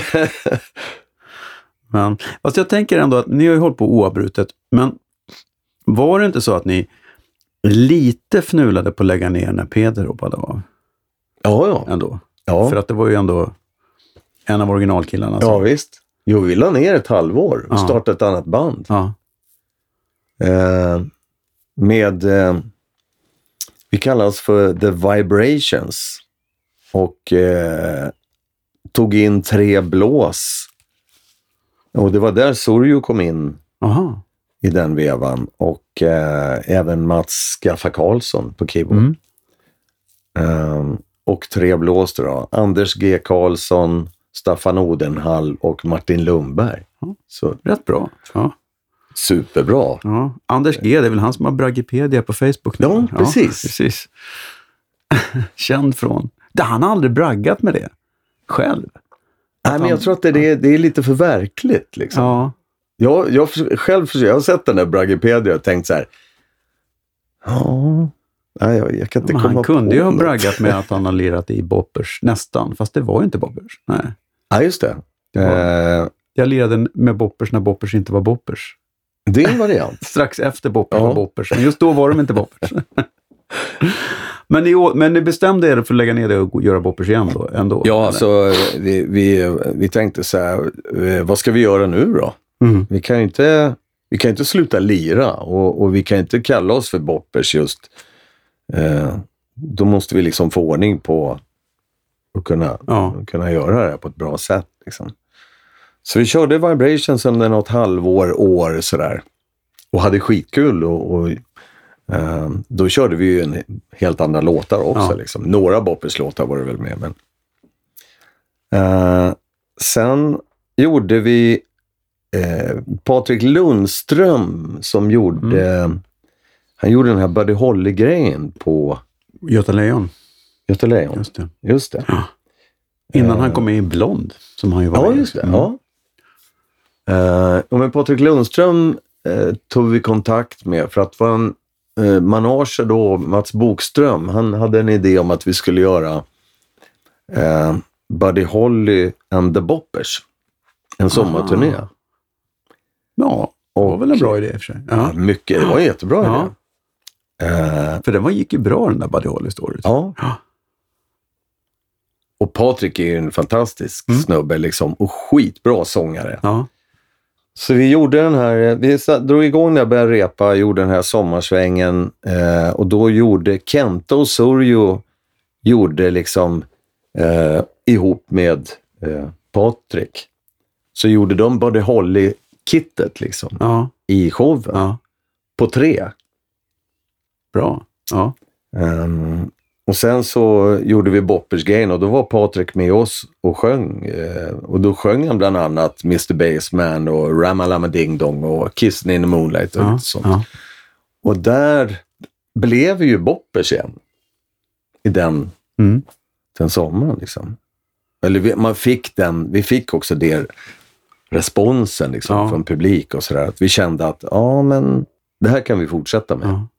Speaker 2: Men, fast jag tänker ändå att ni har ju hållit på oavbrutet. Men var det inte så att ni lite fnulade på att lägga ner när Peder hoppade av?
Speaker 1: Ja, ja.
Speaker 2: Ändå.
Speaker 1: Ja.
Speaker 2: För att det var ju ändå en av originalkillarna.
Speaker 1: Ja, visst. Jo, vi la ner ett halvår och
Speaker 2: ja.
Speaker 1: startade ett annat band.
Speaker 2: Ja.
Speaker 1: Eh, med... Eh, vi kallar oss för The Vibrations. Och eh, tog in tre blås. Och det var där Sorjo kom in.
Speaker 2: Aha.
Speaker 1: I den vevan. Och eh, även Mats Gaffa Karlsson på keyboard. Mm. Um, och tre blås då. Anders G. Karlsson, Staffan Odenhall och Martin Lundberg.
Speaker 2: Ja.
Speaker 1: Så,
Speaker 2: rätt bra. Ja.
Speaker 1: Superbra.
Speaker 2: Ja. Anders G. Det är väl han som har Braggipedia på Facebook nu?
Speaker 1: Ja, precis.
Speaker 2: Ja, precis. Känd från... Det, han har aldrig braggat med det. Själv.
Speaker 1: Nej, men han... jag tror att det är, det är lite för verkligt liksom.
Speaker 2: Ja.
Speaker 1: Jag, jag själv jag har sett den där Braggipedia och tänkt så här. Ja... Nej, jag, jag kan inte
Speaker 2: men
Speaker 1: komma
Speaker 2: han kunde
Speaker 1: på
Speaker 2: ju ha
Speaker 1: något.
Speaker 2: braggat med att han har lirat i Boppers nästan, fast det var ju inte Boppers. Nej.
Speaker 1: Ja, just det.
Speaker 2: det var, uh, jag lirade med Boppers när Boppers inte var Boppers.
Speaker 1: Det är en variant.
Speaker 2: Strax efter Boppers
Speaker 1: ja.
Speaker 2: var Boppers, men just då var de inte Boppers. men, ni, men ni bestämde er för att lägga ner det och göra Boppers igen då? Ändå,
Speaker 1: ja, så vi, vi, vi tänkte så här, vad ska vi göra nu då?
Speaker 2: Mm.
Speaker 1: Vi kan ju inte, vi kan inte sluta lira och, och vi kan inte kalla oss för Boppers just. Eh, då måste vi liksom få ordning på att kunna,
Speaker 2: ja.
Speaker 1: kunna göra det här på ett bra sätt liksom. Så vi körde Vibrations under något halvår, år sådär och hade skitkul och, och eh, då körde vi ju en helt andra låtar också ja. liksom. Några Boppers låtar var det väl med men eh, sen gjorde vi eh, Patrik Lundström som gjorde mm. Han gjorde den här Buddy Holly-grejen på...
Speaker 2: Göta Lejon.
Speaker 1: Göta Lejon.
Speaker 2: Just det.
Speaker 1: Just det.
Speaker 2: Ja. Innan uh, han kom med i Blond, som han ju var.
Speaker 1: Ja, just det. Mm. Ja. Uh, och med Patrik Lundström uh, tog vi kontakt med för att vara en uh, manager då, Mats Bokström, han hade en idé om att vi skulle göra uh, Buddy Holly and the Boppers. En sommarturné.
Speaker 2: Ah. Ja, det var och, väl en bra idé i och för sig.
Speaker 1: Ja. Mycket, det var en jättebra
Speaker 2: ja.
Speaker 1: idé. Uh,
Speaker 2: För den var, gick ju bra den där Buddy Holly-storyn.
Speaker 1: Ja. ja. Och Patrik är ju en fantastisk mm. snubbe liksom. Och skitbra sångare.
Speaker 2: Ja.
Speaker 1: Så vi gjorde den här, vi drog igång när jag började repa, gjorde den här sommarsvängen. Eh, och då gjorde Kenta och Sorjo gjorde liksom eh, ihop med eh, Patrik. Så gjorde de Buddy Holly-kittet liksom.
Speaker 2: Ja.
Speaker 1: I showen.
Speaker 2: Ja.
Speaker 1: På tre.
Speaker 2: Bra. Ja.
Speaker 1: Um, och sen så gjorde vi Boppers-grejen och då var Patrik med oss och sjöng. Eh, och då sjöng han bland annat mister Bassman och Ramalama Ding Dong och Kissing in the Moonlight och
Speaker 2: ja,
Speaker 1: lite sånt.
Speaker 2: Ja.
Speaker 1: Och där blev ju Boppers igen. I den,
Speaker 2: mm.
Speaker 1: den sommaren liksom. Eller vi, man fick den, vi fick också det responsen liksom
Speaker 2: ja.
Speaker 1: från publik och sådär. Att vi kände att ja men det här kan vi fortsätta med.
Speaker 2: Ja.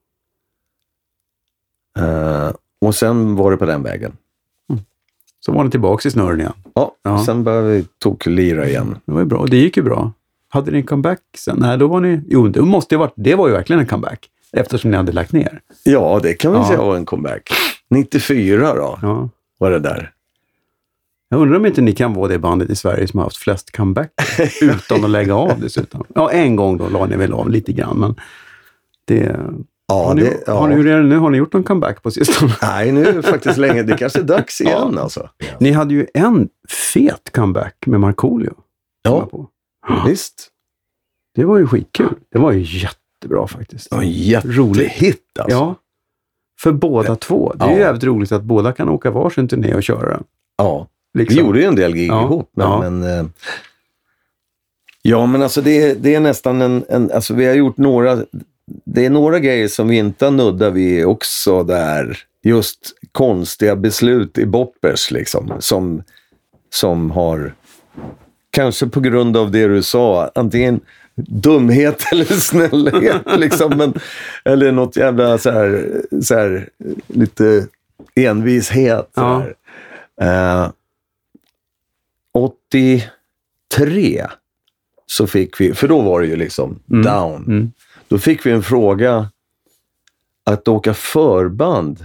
Speaker 1: Uh, och sen var det på den vägen.
Speaker 2: Mm. Så var ni tillbaka i snören igen.
Speaker 1: Ja, ja. Sen började vi toklira igen.
Speaker 2: Det var ju bra, och det gick ju bra. Hade ni en comeback sen? Nej, då var ni... Jo, det måste ju varit... Det var ju verkligen en comeback. Eftersom ni hade lagt ner.
Speaker 1: Ja, det kan vi
Speaker 2: ja.
Speaker 1: säga var en comeback. nittiofyra då,
Speaker 2: ja.
Speaker 1: var det där.
Speaker 2: Jag undrar om inte ni kan vara det bandet i Sverige som har haft flest comeback utan att lägga av dessutom. Ja, en gång då la ni väl av lite grann, men det...
Speaker 1: Ja,
Speaker 2: har ni,
Speaker 1: det, ja.
Speaker 2: Har ni, hur är det nu? Har ni gjort någon comeback på sistone?
Speaker 1: Nej, nu är det faktiskt länge. Det kanske är dags igen
Speaker 2: ja.
Speaker 1: alltså. Ja.
Speaker 2: Ni hade ju en fet comeback med Markoolio.
Speaker 1: Ja,
Speaker 2: på.
Speaker 1: visst.
Speaker 2: Det var ju skitkul. Det var ju jättebra faktiskt.
Speaker 1: Ja, en jättehit alltså.
Speaker 2: Ja, för båda ja. två. Det är ja. ju jävligt roligt att båda kan åka varsin turné och köra den.
Speaker 1: Ja,
Speaker 2: liksom.
Speaker 1: Vi gjorde ju en del gig
Speaker 2: ja.
Speaker 1: ihop. Men,
Speaker 2: ja.
Speaker 1: men, eh, ja, men alltså det är, det är nästan en, en... Alltså vi har gjort några... Det är några grejer som vi inte har nuddat vid också där. Just konstiga beslut i Boppers liksom. Som, som har... Kanske på grund av det du sa. Antingen dumhet eller snällhet liksom. Men, eller något jävla så här, så här lite envishet. Så
Speaker 2: ja.
Speaker 1: här. Uh, åttiotre så fick vi... För då var det ju liksom
Speaker 2: mm.
Speaker 1: down.
Speaker 2: Mm.
Speaker 1: Då fick vi en fråga att åka förband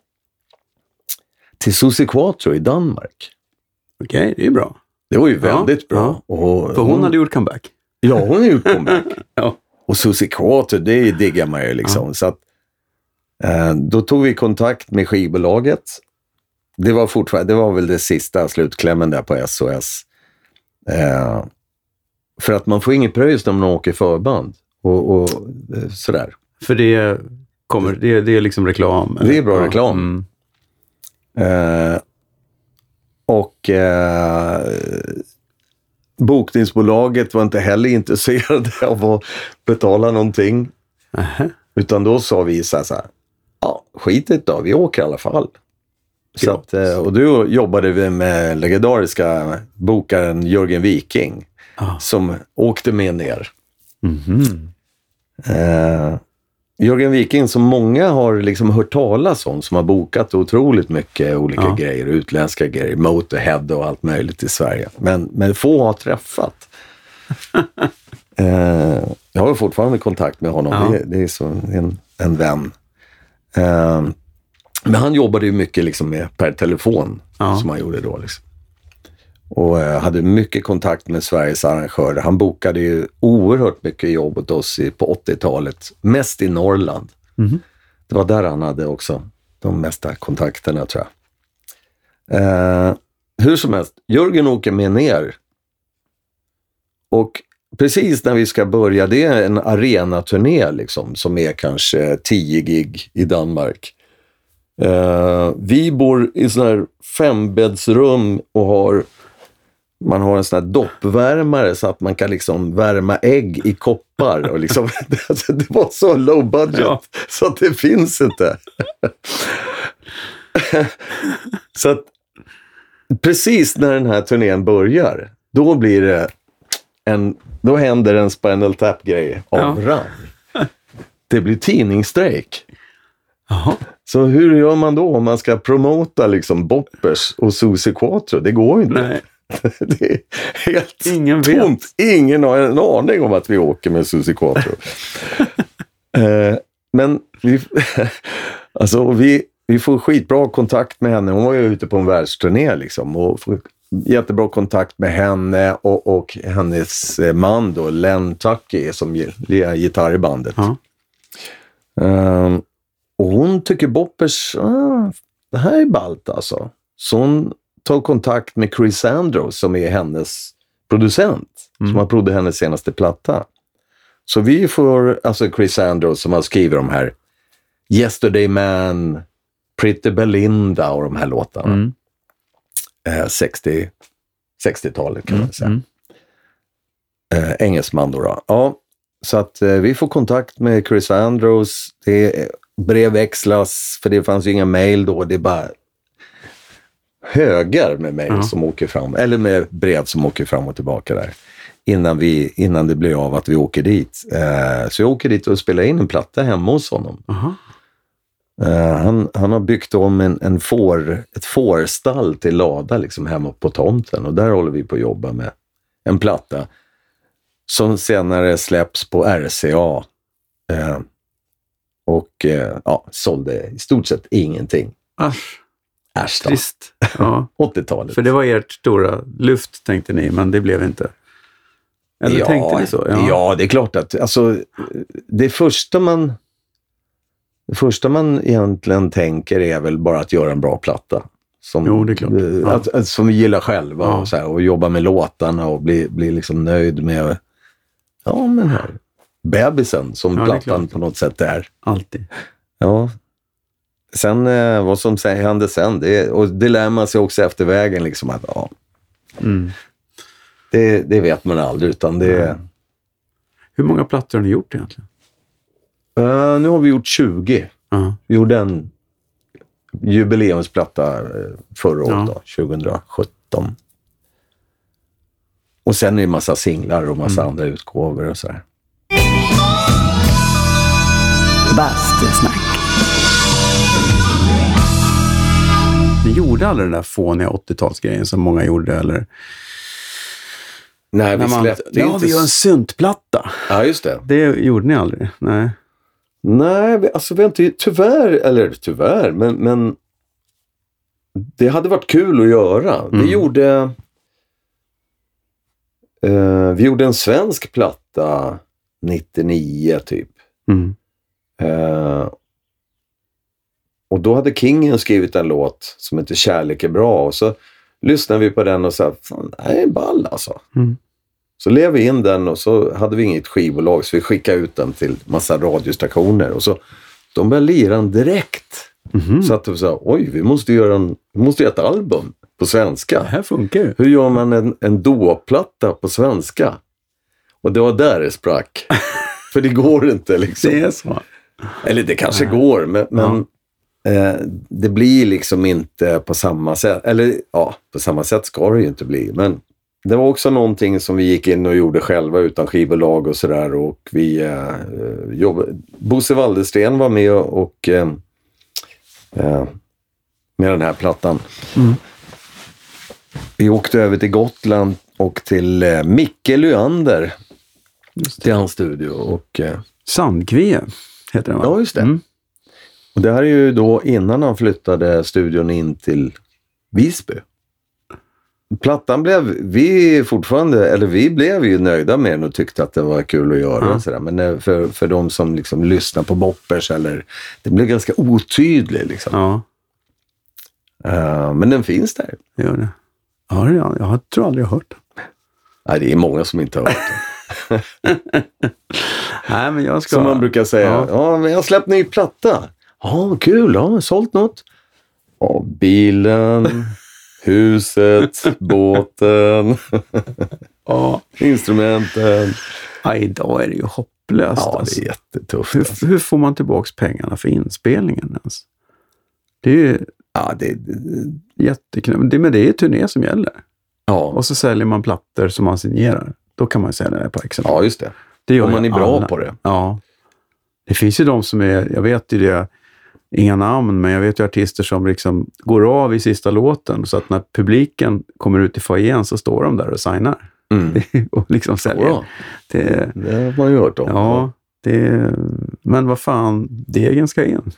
Speaker 1: till Susie Quatro i Danmark.
Speaker 2: Okej, okay, det är bra.
Speaker 1: Det var ju väldigt ja, bra.
Speaker 2: Ja.
Speaker 1: Och
Speaker 2: För hon, hon hade gjort comeback.
Speaker 1: Ja, hon har gjort comeback.
Speaker 2: ja.
Speaker 1: Och Susie Quatro, det diggar man ju liksom. Ja. Så att, eh, då tog vi kontakt med skivbolaget. Det var fortfarande, det var väl det sista slutklämmen där på S O S. Eh, för att man får inget pröjs när man åker förband. Och, och sådär.
Speaker 2: För det kommer, det, det är liksom reklam.
Speaker 1: Det är bra
Speaker 2: ja.
Speaker 1: reklam.
Speaker 2: Mm.
Speaker 1: Eh, och eh, bokningsbolaget var inte heller intresserade av att betala någonting.
Speaker 2: Uh-huh.
Speaker 1: Utan då sa vi så här, så här ja, skitigt då, vi åker i alla fall. Så att, och då jobbade vi med legendariska bokaren Jörgen Viking. Ah. Som åkte med ner.
Speaker 2: Mm-hmm.
Speaker 1: Eh, Jörgen Viking som många har liksom hört talas om, som har bokat otroligt mycket olika ja. grejer, utländska grejer, Motorhead och allt möjligt i Sverige. Men, men få har träffat. eh, jag har fortfarande kontakt med honom. Ja. Det, det är så en, en vän. Eh, men han jobbade ju mycket liksom med per telefon ja. som han gjorde då liksom. Och eh, hade mycket kontakt med Sveriges arrangörer. Han bokade ju oerhört mycket jobb åt oss i, på åttiotalet. Mest i Norrland.
Speaker 2: Mm.
Speaker 1: Det var där han hade också de mesta kontakterna, tror jag. Eh, hur som helst, Jörgen åker med ner. Och precis när vi ska börja, det är en arenaturné liksom, som är kanske tio gig i Danmark. Eh, vi bor i sån här fembäddsrum och har... Man har en sån här doppvärmare så att man kan liksom värma ägg i koppar. Och liksom, det var så low budget ja. så att det finns inte. Så att precis när den här turnén börjar, då blir det en, då händer en Spinal Tap-grej av ja. rang. Det blir tidningsstrejk.
Speaker 2: Jaha.
Speaker 1: Så hur gör man då om man ska promota liksom Boppers och Susie Quatro? Det går ju inte.
Speaker 2: Nej.
Speaker 1: Det är helt
Speaker 2: Ingen
Speaker 1: tomt.
Speaker 2: Vet.
Speaker 1: Ingen har en aning om att vi åker med Susie Quatro. eh, men vi, alltså, vi, vi får skitbra kontakt med henne. Hon var ju ute på en världsturné liksom, och får jättebra kontakt med henne och, och hennes man då, Len Tucky, som är gitarr i bandet.
Speaker 2: Ja.
Speaker 1: Eh, och hon tycker Boppers, ah, det här är ballt alltså. Så hon tar kontakt med Chris Andrews som är hennes producent. Mm. Som har producerat hennes senaste platta. Så vi får, alltså Chris Andrews som har skrivit de här Yesterday Man, Pretty Belinda och de här låtarna.
Speaker 2: Mm.
Speaker 1: Eh, sextio, sextiotalet kan
Speaker 2: Mm.
Speaker 1: man säga.
Speaker 2: Mm.
Speaker 1: Eh, engelsman då, då. Ja, så att eh, vi får kontakt med Chris Andrews. Det är brevväxlas, för det fanns ju inga mejl då. Det är bara högar med mejl
Speaker 2: Ja.
Speaker 1: som åker fram. Eller med brev som åker fram och tillbaka där. Innan, vi, innan det blir av att vi åker dit. Eh, så jag åker dit och spelar in en platta hemma hos honom.
Speaker 2: Aha.
Speaker 1: Uh, han, han har byggt om en, en får, ett fårstall till lada liksom hemma på tomten. Och där håller vi på att jobba med en platta som senare släpps på R C A. Uh, och uh, ja, sålde i stort sett ingenting.
Speaker 2: Asch,
Speaker 1: Äsch då.
Speaker 2: trist. Ja.
Speaker 1: åttiotalet.
Speaker 2: För det var ert stora luft, tänkte ni, men det blev inte. Eller
Speaker 1: ja,
Speaker 2: tänkte ni så?
Speaker 1: Ja. ja, det är klart att alltså, det första man det första man egentligen tänker är väl bara att göra en bra platta. Som,
Speaker 2: Jo, det är klart. Ja.
Speaker 1: Att, att, som vi gillar själva
Speaker 2: Ja.
Speaker 1: och, så här, och jobba med låtarna och bli, bli liksom nöjd med ja, men här bebisen som
Speaker 2: Ja, det är
Speaker 1: plattan
Speaker 2: klart.
Speaker 1: på något sätt är.
Speaker 2: Alltid.
Speaker 1: Ja. Sen eh, vad som säger hände sen, det, och det lär man sig också efter vägen liksom att ja,
Speaker 2: Mm.
Speaker 1: det, det vet man aldrig utan det
Speaker 2: Mm. Hur många plattor har ni gjort egentligen?
Speaker 1: Uh, nu har vi gjort tjugo.
Speaker 2: Ja.
Speaker 1: Vi gjorde en jubileumsplatta uh, förra året
Speaker 2: Ja.
Speaker 1: då, tjugohundrasjutton. Och sen är det en massa singlar och massa
Speaker 2: Mm.
Speaker 1: andra utgåvor och sådär.
Speaker 2: Bastusnack. Ni gjorde aldrig den där fåniga åttiotalsgrejen som många gjorde, eller?
Speaker 1: Nej, vi
Speaker 2: När man,
Speaker 1: släppte
Speaker 2: ja,
Speaker 1: inte...
Speaker 2: vi gör en syntplatta.
Speaker 1: Ja, just det.
Speaker 2: Det gjorde ni aldrig? Nej.
Speaker 1: Nej, vi, alltså vi har inte... Tyvärr, eller tyvärr, men, men det hade varit kul att göra.
Speaker 2: Mm.
Speaker 1: Vi gjorde... Uh, vi gjorde en svensk platta nittionio typ.
Speaker 2: Mm.
Speaker 1: Uh, och då hade Kingen skrivit en låt som heter Kärlek är bra. Och så lyssnade vi på den och sa, fan, det här är ball alltså.
Speaker 2: Mm.
Speaker 1: Så lev vi in den och så hade vi inget skivbolag så vi skickade ut den till massa radiostationer. Och så de började lira den direkt.
Speaker 2: Mm.
Speaker 1: Så att de sa, oj, vi måste göra, en, vi måste göra ett album på svenska.
Speaker 2: Det här funkar ju.
Speaker 1: Hur gör man en, en dåplatta på svenska? Och det var där det sprack. För det går inte liksom.
Speaker 2: Det är så.
Speaker 1: Eller det kanske ja. går, men, men ja. eh, det blir liksom inte på samma sätt. Eller ja, på samma sätt ska det ju inte bli. Men det var också någonting som vi gick in och gjorde själva utan skivbolag och sådär. Och vi eh, jobbade. Bosse Waldersten var med och eh, eh, med den här plattan.
Speaker 2: Mm.
Speaker 1: Vi åkte över till Gotland och till eh, Micke Lyander. Till hans studio. Och, eh,
Speaker 2: Sandkvie heter den, va?
Speaker 1: Ja, just det.
Speaker 2: Mm.
Speaker 1: Och det här är ju då innan han flyttade studion in till Visby. Plattan blev vi fortfarande, eller vi blev ju nöjda med den och tyckte att det var kul att göra.
Speaker 2: Ja.
Speaker 1: Och sådär. Men för, för de som liksom lyssnar på boppers, eller det blev ganska otydlig liksom.
Speaker 2: Ja,
Speaker 1: Uh, men den finns där.
Speaker 2: det gör det. Ja, det gör jag. Jag tror aldrig jag har hört den.
Speaker 1: Nej, det är många som inte har hört den.
Speaker 2: Nej, men jag ska...
Speaker 1: Som man brukar säga,
Speaker 2: Ja.
Speaker 1: ja, men jag har släppt ny platta. Ja, kul, ja, sålt något. Ja, bilen, huset, båten,
Speaker 2: Ja.
Speaker 1: instrumenten.
Speaker 2: Ja, idag är det ju hopplöst.
Speaker 1: Ja, det
Speaker 2: alltså.
Speaker 1: är jättetufft.
Speaker 2: hur,
Speaker 1: Alltså.
Speaker 2: hur får man tillbaka pengarna för inspelningen ens? Det är ju
Speaker 1: Ja, det, det,
Speaker 2: jätteknäppt. Det, men det är turné som gäller.
Speaker 1: ja.
Speaker 2: Och så säljer man plattor som man signerar. Då kan man sälja det på exempel.
Speaker 1: ja, just det.
Speaker 2: Det gör
Speaker 1: Om man
Speaker 2: ju
Speaker 1: är bra
Speaker 2: alla.
Speaker 1: på det.
Speaker 2: Ja. Det finns ju de som är, jag vet ju det, inga namn, men jag vet ju artister som liksom går av i sista låten, så att när publiken kommer ut i foajén så står de där och signar.
Speaker 1: Mm.
Speaker 2: Och liksom säljer.
Speaker 1: Ja,
Speaker 2: Det,
Speaker 1: det har man ju hört om.
Speaker 2: ja, det, men vad fan, degen ska in.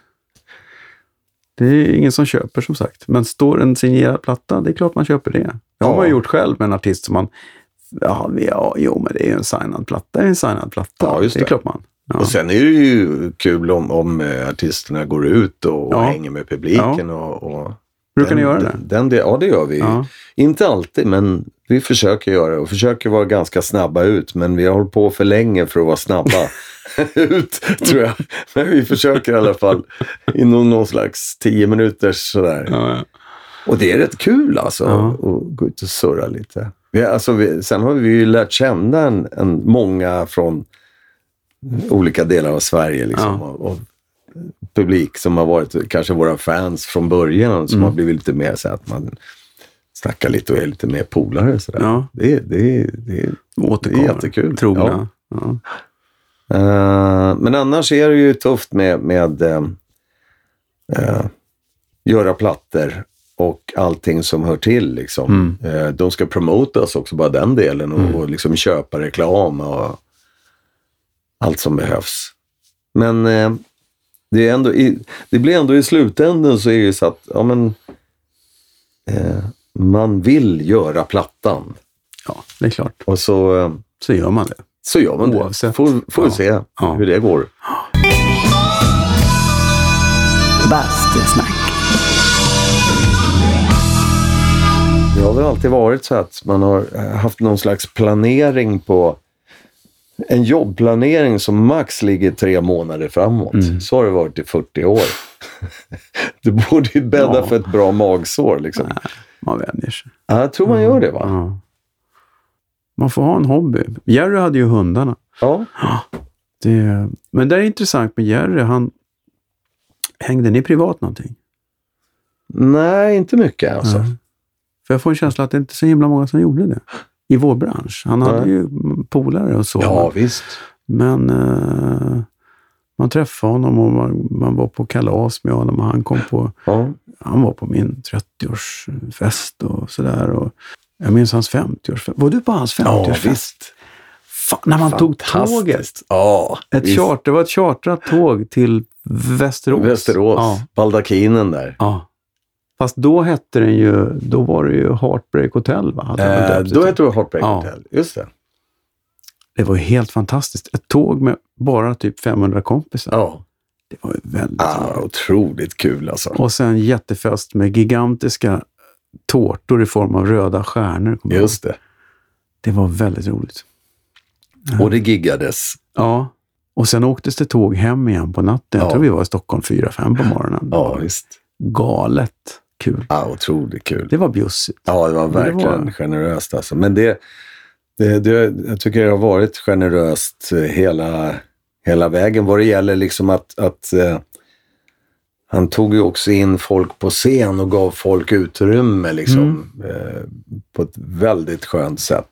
Speaker 2: Det är ingen som köper, som sagt. Men står en signerad platta, det är klart man köper det. Det har
Speaker 1: Ja.
Speaker 2: man gjort själv med en artist som man, ja, vi, ja jo men det är ju en signad platta, det är en signad platta.
Speaker 1: Ja, just
Speaker 2: det är
Speaker 1: det.
Speaker 2: klart man. Ja.
Speaker 1: Och sen är det ju kul om, om eh, artisterna går ut och,
Speaker 2: Ja.
Speaker 1: och hänger med publiken. Och, och
Speaker 2: Brukar
Speaker 1: den,
Speaker 2: ni göra det?
Speaker 1: Den, den, det? Ja, det gör vi.
Speaker 2: Ja.
Speaker 1: Inte alltid, men vi försöker göra det. Och försöker vara ganska snabba ut. Men vi har hållit på för länge för att vara snabba. ut, tror jag. Men vi försöker i alla fall inom någon slags tio minuters sådär.
Speaker 2: Ja, ja.
Speaker 1: Och det är rätt kul alltså,
Speaker 2: ja.
Speaker 1: att gå ut och surra lite. Vi, alltså, vi, sen har vi ju lärt känna en, en många från olika delar av Sverige liksom,
Speaker 2: ja.
Speaker 1: och, och publik som har varit kanske våra fans från början, som mm. har blivit lite mer så att man snackar lite och är lite mer polare. Sådär. Ja. Det, det, det, det är jättekul.
Speaker 2: Trogna. Ja. Ja.
Speaker 1: Uh, men annars är det ju tufft med, med uh, uh, göra plattor och allting som hör till. Liksom. Mm. Uh, de ska promotas också, bara den delen, och, mm. och liksom köpa reklam och allt som behövs. Men uh, det, är ändå i, det blir ändå i slutändan så är det ju så att ja, men, uh, man vill göra plattan.
Speaker 2: Ja, det är klart.
Speaker 1: Och så, uh,
Speaker 2: så gör man det.
Speaker 1: Så gör man
Speaker 2: Oavsett.
Speaker 1: det. Får, får vi ja. se ja. hur det går.
Speaker 2: Bastusnack.
Speaker 1: Det har väl alltid varit så att man har haft någon slags planering på en jobbplanering som max ligger tre månader framåt. Mm. Så har det varit i fyrtio år. Det borde ju bädda ja. för ett bra magsår. Liksom.
Speaker 2: Nej, man vänjer sig.
Speaker 1: Ja, jag tror man gör det, va?
Speaker 2: Ja. Man får ha en hobby. Jerry hade ju hundarna.
Speaker 1: Ja.
Speaker 2: Det, men det är intressant med Jerry. Han, hängde ni privat någonting?
Speaker 1: Nej, inte mycket alltså.
Speaker 2: Nej. För jag får en känsla att det inte är så himla många som gjorde det. I vår bransch. Han hade Nej. ju polare och så.
Speaker 1: Ja, visst. Men
Speaker 2: uh, man träffade honom och man, man var på kalas med honom. Och han kom på... Ja. Han var på min trettioårsfest och sådär. Och jag minns hans femtioårsfest. Var du på hans femtioårsfest?
Speaker 1: Ja, visst.
Speaker 2: Fan, när man tog tåget.
Speaker 1: Ja,
Speaker 2: ett chart, det var ett chartrat tåg till Västerås.
Speaker 1: Västerås. Ja. Baldakinen där.
Speaker 2: Ja. Fast då hette den ju, då var det ju Heartbreak Hotel, va?
Speaker 1: Hade äh, då hette det Heartbreak ja. Hotel, just det.
Speaker 2: Det var ju helt fantastiskt. Ett tåg med bara typ femhundra kompisar.
Speaker 1: Ja.
Speaker 2: Det var ju väldigt
Speaker 1: ah, otroligt kul alltså.
Speaker 2: Och sen jättefest med gigantiska tårtor i form av röda stjärnor.
Speaker 1: Just det.
Speaker 2: Det var väldigt roligt.
Speaker 1: Och det giggades.
Speaker 2: Ja. Och sen åktes det tåg hem igen på natten. Jag ja. tror vi var i Stockholm fyra fem på morgonen.
Speaker 1: Ja, visst.
Speaker 2: Galet kul.
Speaker 1: Ja, otroligt kul.
Speaker 2: Det var bjussigt.
Speaker 1: Ja, det var verkligen det var... generöst alltså. Men det, det, det, jag tycker det har varit generöst hela, hela vägen. Vad det gäller liksom att, att eh, han tog ju också in folk på scen och gav folk utrymme liksom. Mm. Eh, på ett väldigt skönt sätt.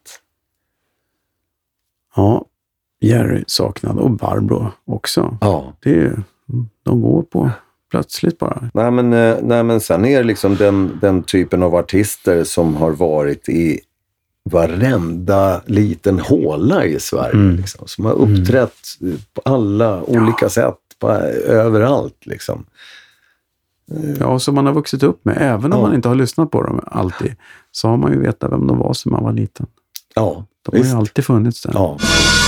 Speaker 2: Ja, Jerry saknad och Barbro också.
Speaker 1: Ja.
Speaker 2: Det är, de går på plötsligt bara.
Speaker 1: Nej men, nej, men sen är det liksom den, den typen av artister som har varit i varenda liten håla i Sverige. Mm. Liksom, som har uppträtt mm. på alla olika ja. sätt, på, överallt liksom.
Speaker 2: Ja, som man har vuxit upp med. Även om ja. man inte har lyssnat på dem alltid, så har man ju vetat vem de var som man var liten.
Speaker 1: Ja,
Speaker 2: de har ju alltid funnits där.
Speaker 1: Ja.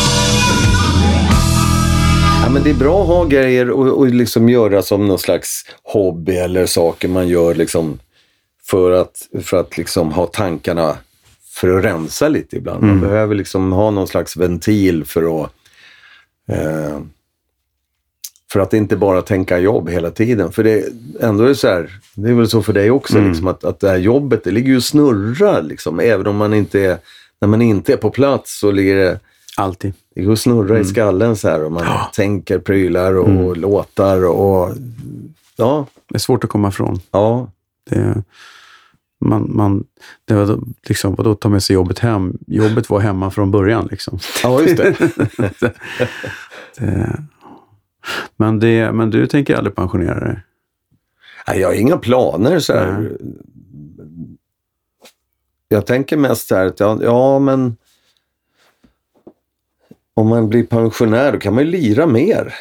Speaker 1: Ja, men det är bra att ha grejer och, och liksom göra som någon slags hobby eller saker man gör liksom för att, för att liksom ha tankarna för att rensa lite ibland. Man mm. behöver liksom ha någon slags ventil för att eh, för att inte bara tänka jobb hela tiden. För det ändå är det så här, det är väl så för dig också mm. liksom, att, att det här jobbet, det ligger ju och snurrar liksom, även om man inte är, när man inte är på plats så ligger det
Speaker 2: alltid.
Speaker 1: Det går att snurra mm. i skallen så här och man ja. tänker prylar och mm. låtar och ja.
Speaker 2: Det är svårt att komma ifrån.
Speaker 1: Ja.
Speaker 2: Det, man, man, det var liksom, vadå ta med sig jobbet hem? Jobbet var hemma från början liksom.
Speaker 1: Ja, just det.
Speaker 2: det, det men, det, men du tänker aldrig pensionera dig?
Speaker 1: Nej, jag har inga planer så här. Nej. Jag tänker mest så här att ja, ja men om man blir pensionär då kan man ju lira mer.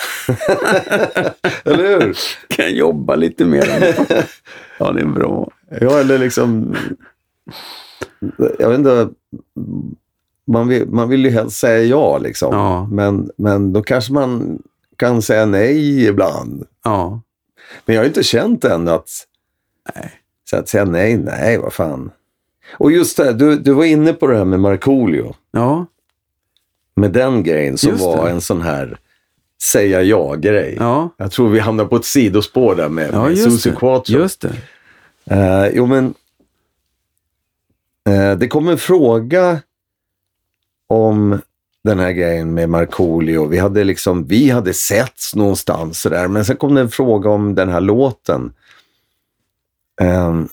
Speaker 1: Eller hur?
Speaker 2: Kan jobba lite mer. Ja, det är bra.
Speaker 1: Ja, eller liksom jag vet inte, man vill, man vill ju helst säga ja liksom.
Speaker 2: Ja.
Speaker 1: Men, men då kanske man kan säga nej ibland.
Speaker 2: Ja.
Speaker 1: Men jag har inte känt än att
Speaker 2: nej.
Speaker 1: Så att säga nej, nej, vad fan. Och just det, du, du var inne på det här med Markoolio.
Speaker 2: Ja.
Speaker 1: med den grejen som
Speaker 2: Just
Speaker 1: var
Speaker 2: det.
Speaker 1: en sån här säga ja-grej.
Speaker 2: Ja.
Speaker 1: Jag tror vi hamnade på ett sidospår där med,
Speaker 2: Ja,
Speaker 1: med
Speaker 2: just
Speaker 1: Susie
Speaker 2: det.
Speaker 1: Quattro.
Speaker 2: Just det.
Speaker 1: Uh, jo, men uh, det kom en fråga om den här grejen med Markoolio. Vi hade liksom, vi hade setts någonstans så där, men sen kom det en fråga om den här låten. Um,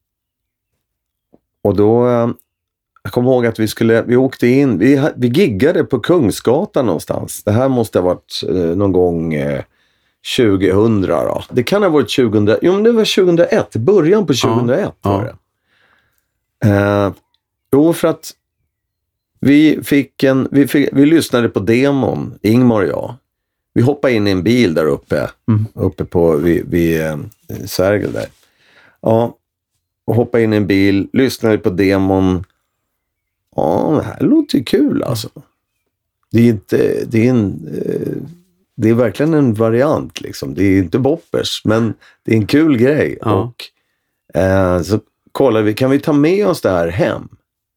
Speaker 1: och då uh, jag kommer ihåg att vi skulle, vi åkte in, vi, vi giggade på Kungsgatan någonstans. Det här måste ha varit uh, någon gång uh, tjugohundra då. Det kan ha varit tjugohundra, jo men det var tjugohundraett, början på tjugohundraett ja, var det. Ja. Uh, jo, för att vi fick en, vi, fick, vi lyssnade på demon, Ingmar och jag. Vi hoppade in i en bil där uppe, mm. uppe på, vid, vid uh, Särgel där. Ja, och hoppade in i en bil, lyssnade på demon. Ja, det här låter ju kul alltså. Det är inte, det är en, det är verkligen en variant liksom. Det är inte boppers, men det är en kul grej. Ja. Och eh, så kollade vi, kan vi ta med oss det här hem?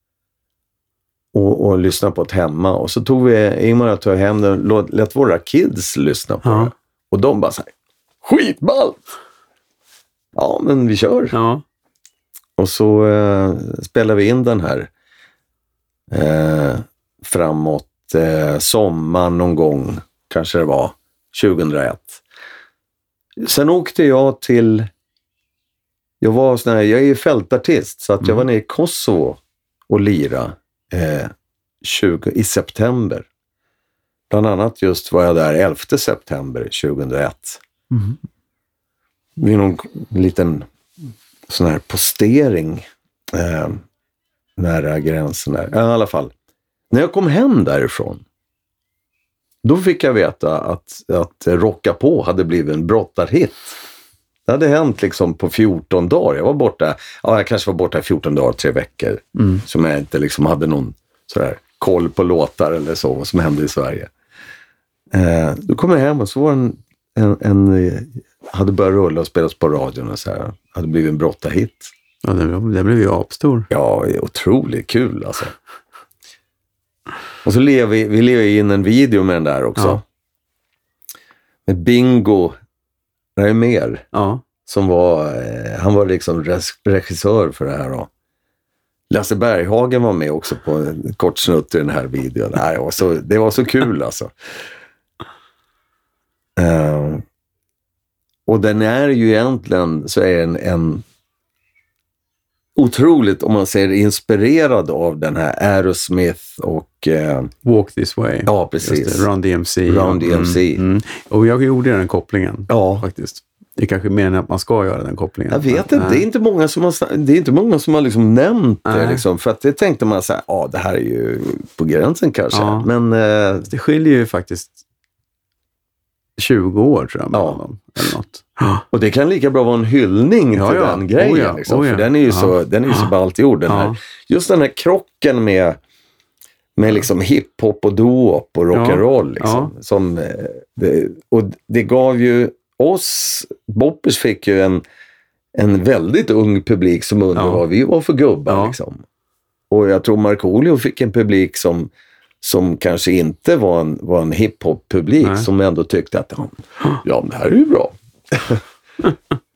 Speaker 1: Och, och lyssna på det hemma. Och så tog vi, Ingmar och tog hem den, lät, lät våra kids lyssna på ja. det. Och de bara så här, skitballt! Ja, men vi kör. Ja. Och så eh, spelar vi in den här eh, framåt eh, sommaren någon gång, kanske det var tjugohundraett. Sen åkte jag till, jag var sån här, jag är fältartist, så att mm. jag var nere i Kosovo och lira eh, tjugo, i september. Bland annat just var jag där elfte september tjugohundraett. Mm. Vid någon liten sån här postering eh, nära gränsen där. Ja, i alla fall. När jag kom hem därifrån, då fick jag veta att, att Rocka på hade blivit en brottarhit. Det hade hänt liksom på fjorton dagar. Jag var borta, ja jag kanske var borta i fjorton dagar, tre veckor. Mm. Som jag inte liksom hade någon sådär koll på låtar eller så som hände i Sverige. Eh, då kom jag hem och så var en, en, en hade börjat rulla och spelas på radion och så här. Hade blivit en brottarhit.
Speaker 2: Ja, det, det blev ju apstor.
Speaker 1: Ja, otroligt kul alltså. Och så lever vi, vi lever in en video med den där också. Ja. Med Bingo Reimer. Ja. Som var, eh, han var liksom regissör för det här då. Lasse Berghagen var med också på en kort snutt i den här videon. Det var så, det var så kul alltså. Uh, och den är ju egentligen så är en, en otroligt, om man säger inspirerad av den här Aerosmith och uh,
Speaker 2: Walk This Way.
Speaker 1: Ja, precis.
Speaker 2: Run D M C.
Speaker 1: Run D M C.
Speaker 2: Mm, mm. Och jag gjorde den kopplingen.
Speaker 1: Ja.
Speaker 2: Faktiskt. Det är kanske mer än att man ska göra den kopplingen.
Speaker 1: Jag vet inte, det är inte många som har, det är inte många som har liksom nämnt det. Liksom, för att det tänkte man så här, ja ah, det här är ju på gränsen kanske. Ja. Men uh,
Speaker 2: det skiljer ju faktiskt tjugo år tror jag.
Speaker 1: Ja.
Speaker 2: Dem, eller något.
Speaker 1: Och det kan lika bra vara en hyllning
Speaker 2: ja,
Speaker 1: till
Speaker 2: ja.
Speaker 1: den grejen.
Speaker 2: Oh, ja.
Speaker 1: Liksom,
Speaker 2: Oh, ja.
Speaker 1: För den är ju
Speaker 2: ja.
Speaker 1: så, den är ju ja. så ballt gjord. Den ja. här. Just den här krocken med, med liksom hiphop och doo-op och rock'n'roll. Liksom, ja. som, det, och det gav ju oss, Boppers fick ju en, en väldigt ung publik som undrade ja. vad vi var för gubbar. Ja. Liksom. Och jag tror Markoolio fick en publik som som kanske inte var en, var en hiphop-publik. Nej. Som ändå tyckte att ja, ja det här är ju bra. ja,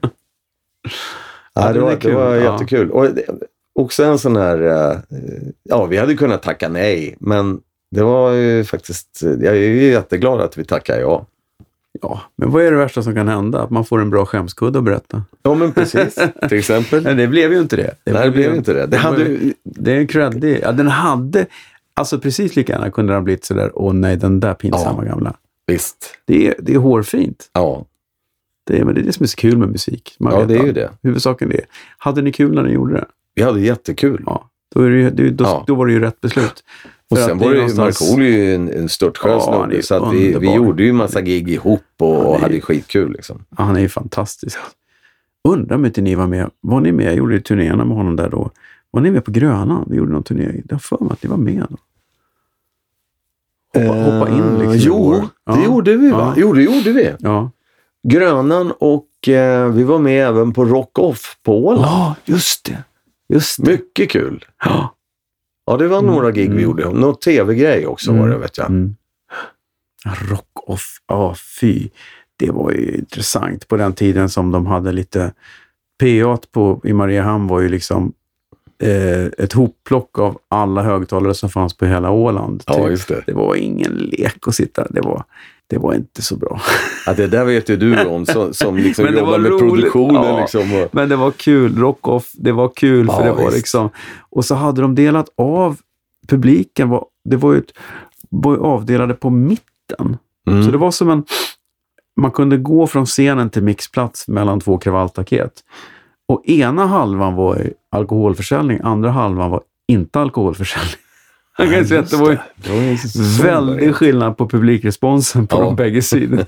Speaker 1: ja, det, var, det var ja. jättekul. Och också en sån här, ja vi hade kunnat tacka nej, men det var ju faktiskt, jag är ju jätteglad att vi tackar ja.
Speaker 2: Ja, men vad är det värsta som kan hända? Att man får en bra skämskudde att berätta.
Speaker 1: Ja, men precis. Till exempel.
Speaker 2: Nej, det blev ju inte det.
Speaker 1: det Nej, det blev ju inte det. Det,
Speaker 2: det,
Speaker 1: hade...
Speaker 2: ju, det är en creddig. Ja, den hade, alltså precis lika gärna kunde den ha blivit sådär, åh nej, den där pinsamma ja, gamla.
Speaker 1: Visst.
Speaker 2: Det är, det är hårfint.
Speaker 1: Ja.
Speaker 2: Det är, men det är det som är så kul med musik. Man
Speaker 1: ja, det är ju det.
Speaker 2: Huvudsaken är det. Hade ni kul när ni gjorde det?
Speaker 1: Vi hade jättekul.
Speaker 2: Ja, då, är det ju, då, ja. då var det ju rätt beslut.
Speaker 1: Och sen var det ju, någonstans... Markoolio en, en störtskön snubbe, ja, så att vi, vi gjorde ju massa gig ihop och, ja, och hade skitkul liksom.
Speaker 2: Ja, han är ju fantastisk. Undrar om inte ni var med, var ni med, jag gjorde ju turnéerna med honom där då. Var ni med på Grönan? Vi gjorde någon turné, jag för mig att ni var med då. Hoppa, uh, hoppa in liksom.
Speaker 1: Jo, det ja. gjorde vi va? Ja. Jo, det gjorde vi.
Speaker 2: Ja.
Speaker 1: Grönan och eh, vi var med även på Rock Off på Åland.
Speaker 2: Ja, just det. Just det.
Speaker 1: Mycket kul.
Speaker 2: Ja.
Speaker 1: Ja, det var mm. några gig vi gjorde. Någon tv-grej också mm. var det, vet jag. Mm.
Speaker 2: Rock-off, ja fy. Det var ju intressant på den tiden som de hade lite... P A på, i Mariehamn var ju liksom eh, ett hopplock av alla högtalare som fanns på hela Åland.
Speaker 1: Ja,
Speaker 2: typ.
Speaker 1: just det.
Speaker 2: Det var ingen lek att sitta. Det var, det var inte så bra.
Speaker 1: Ja, det där vet ju du om som, som liksom jobbar med roligt. Produktionen.
Speaker 2: Ja,
Speaker 1: liksom, och...
Speaker 2: Men det var kul. Rock-off, det var kul för ja, det var visst. Liksom... Och så hade de delat av publiken. Var, det var ju ett, var ju avdelade på mitten. Mm. Så det var som en... Man kunde gå från scenen till mixplats mellan två kravallstaket. Och ena halvan var alkoholförsäljning, andra halvan var inte alkoholförsäljning. Jag kan ja, säga att det var det. väldigt skillnad på publikresponsen på ja. de bägge sidorna.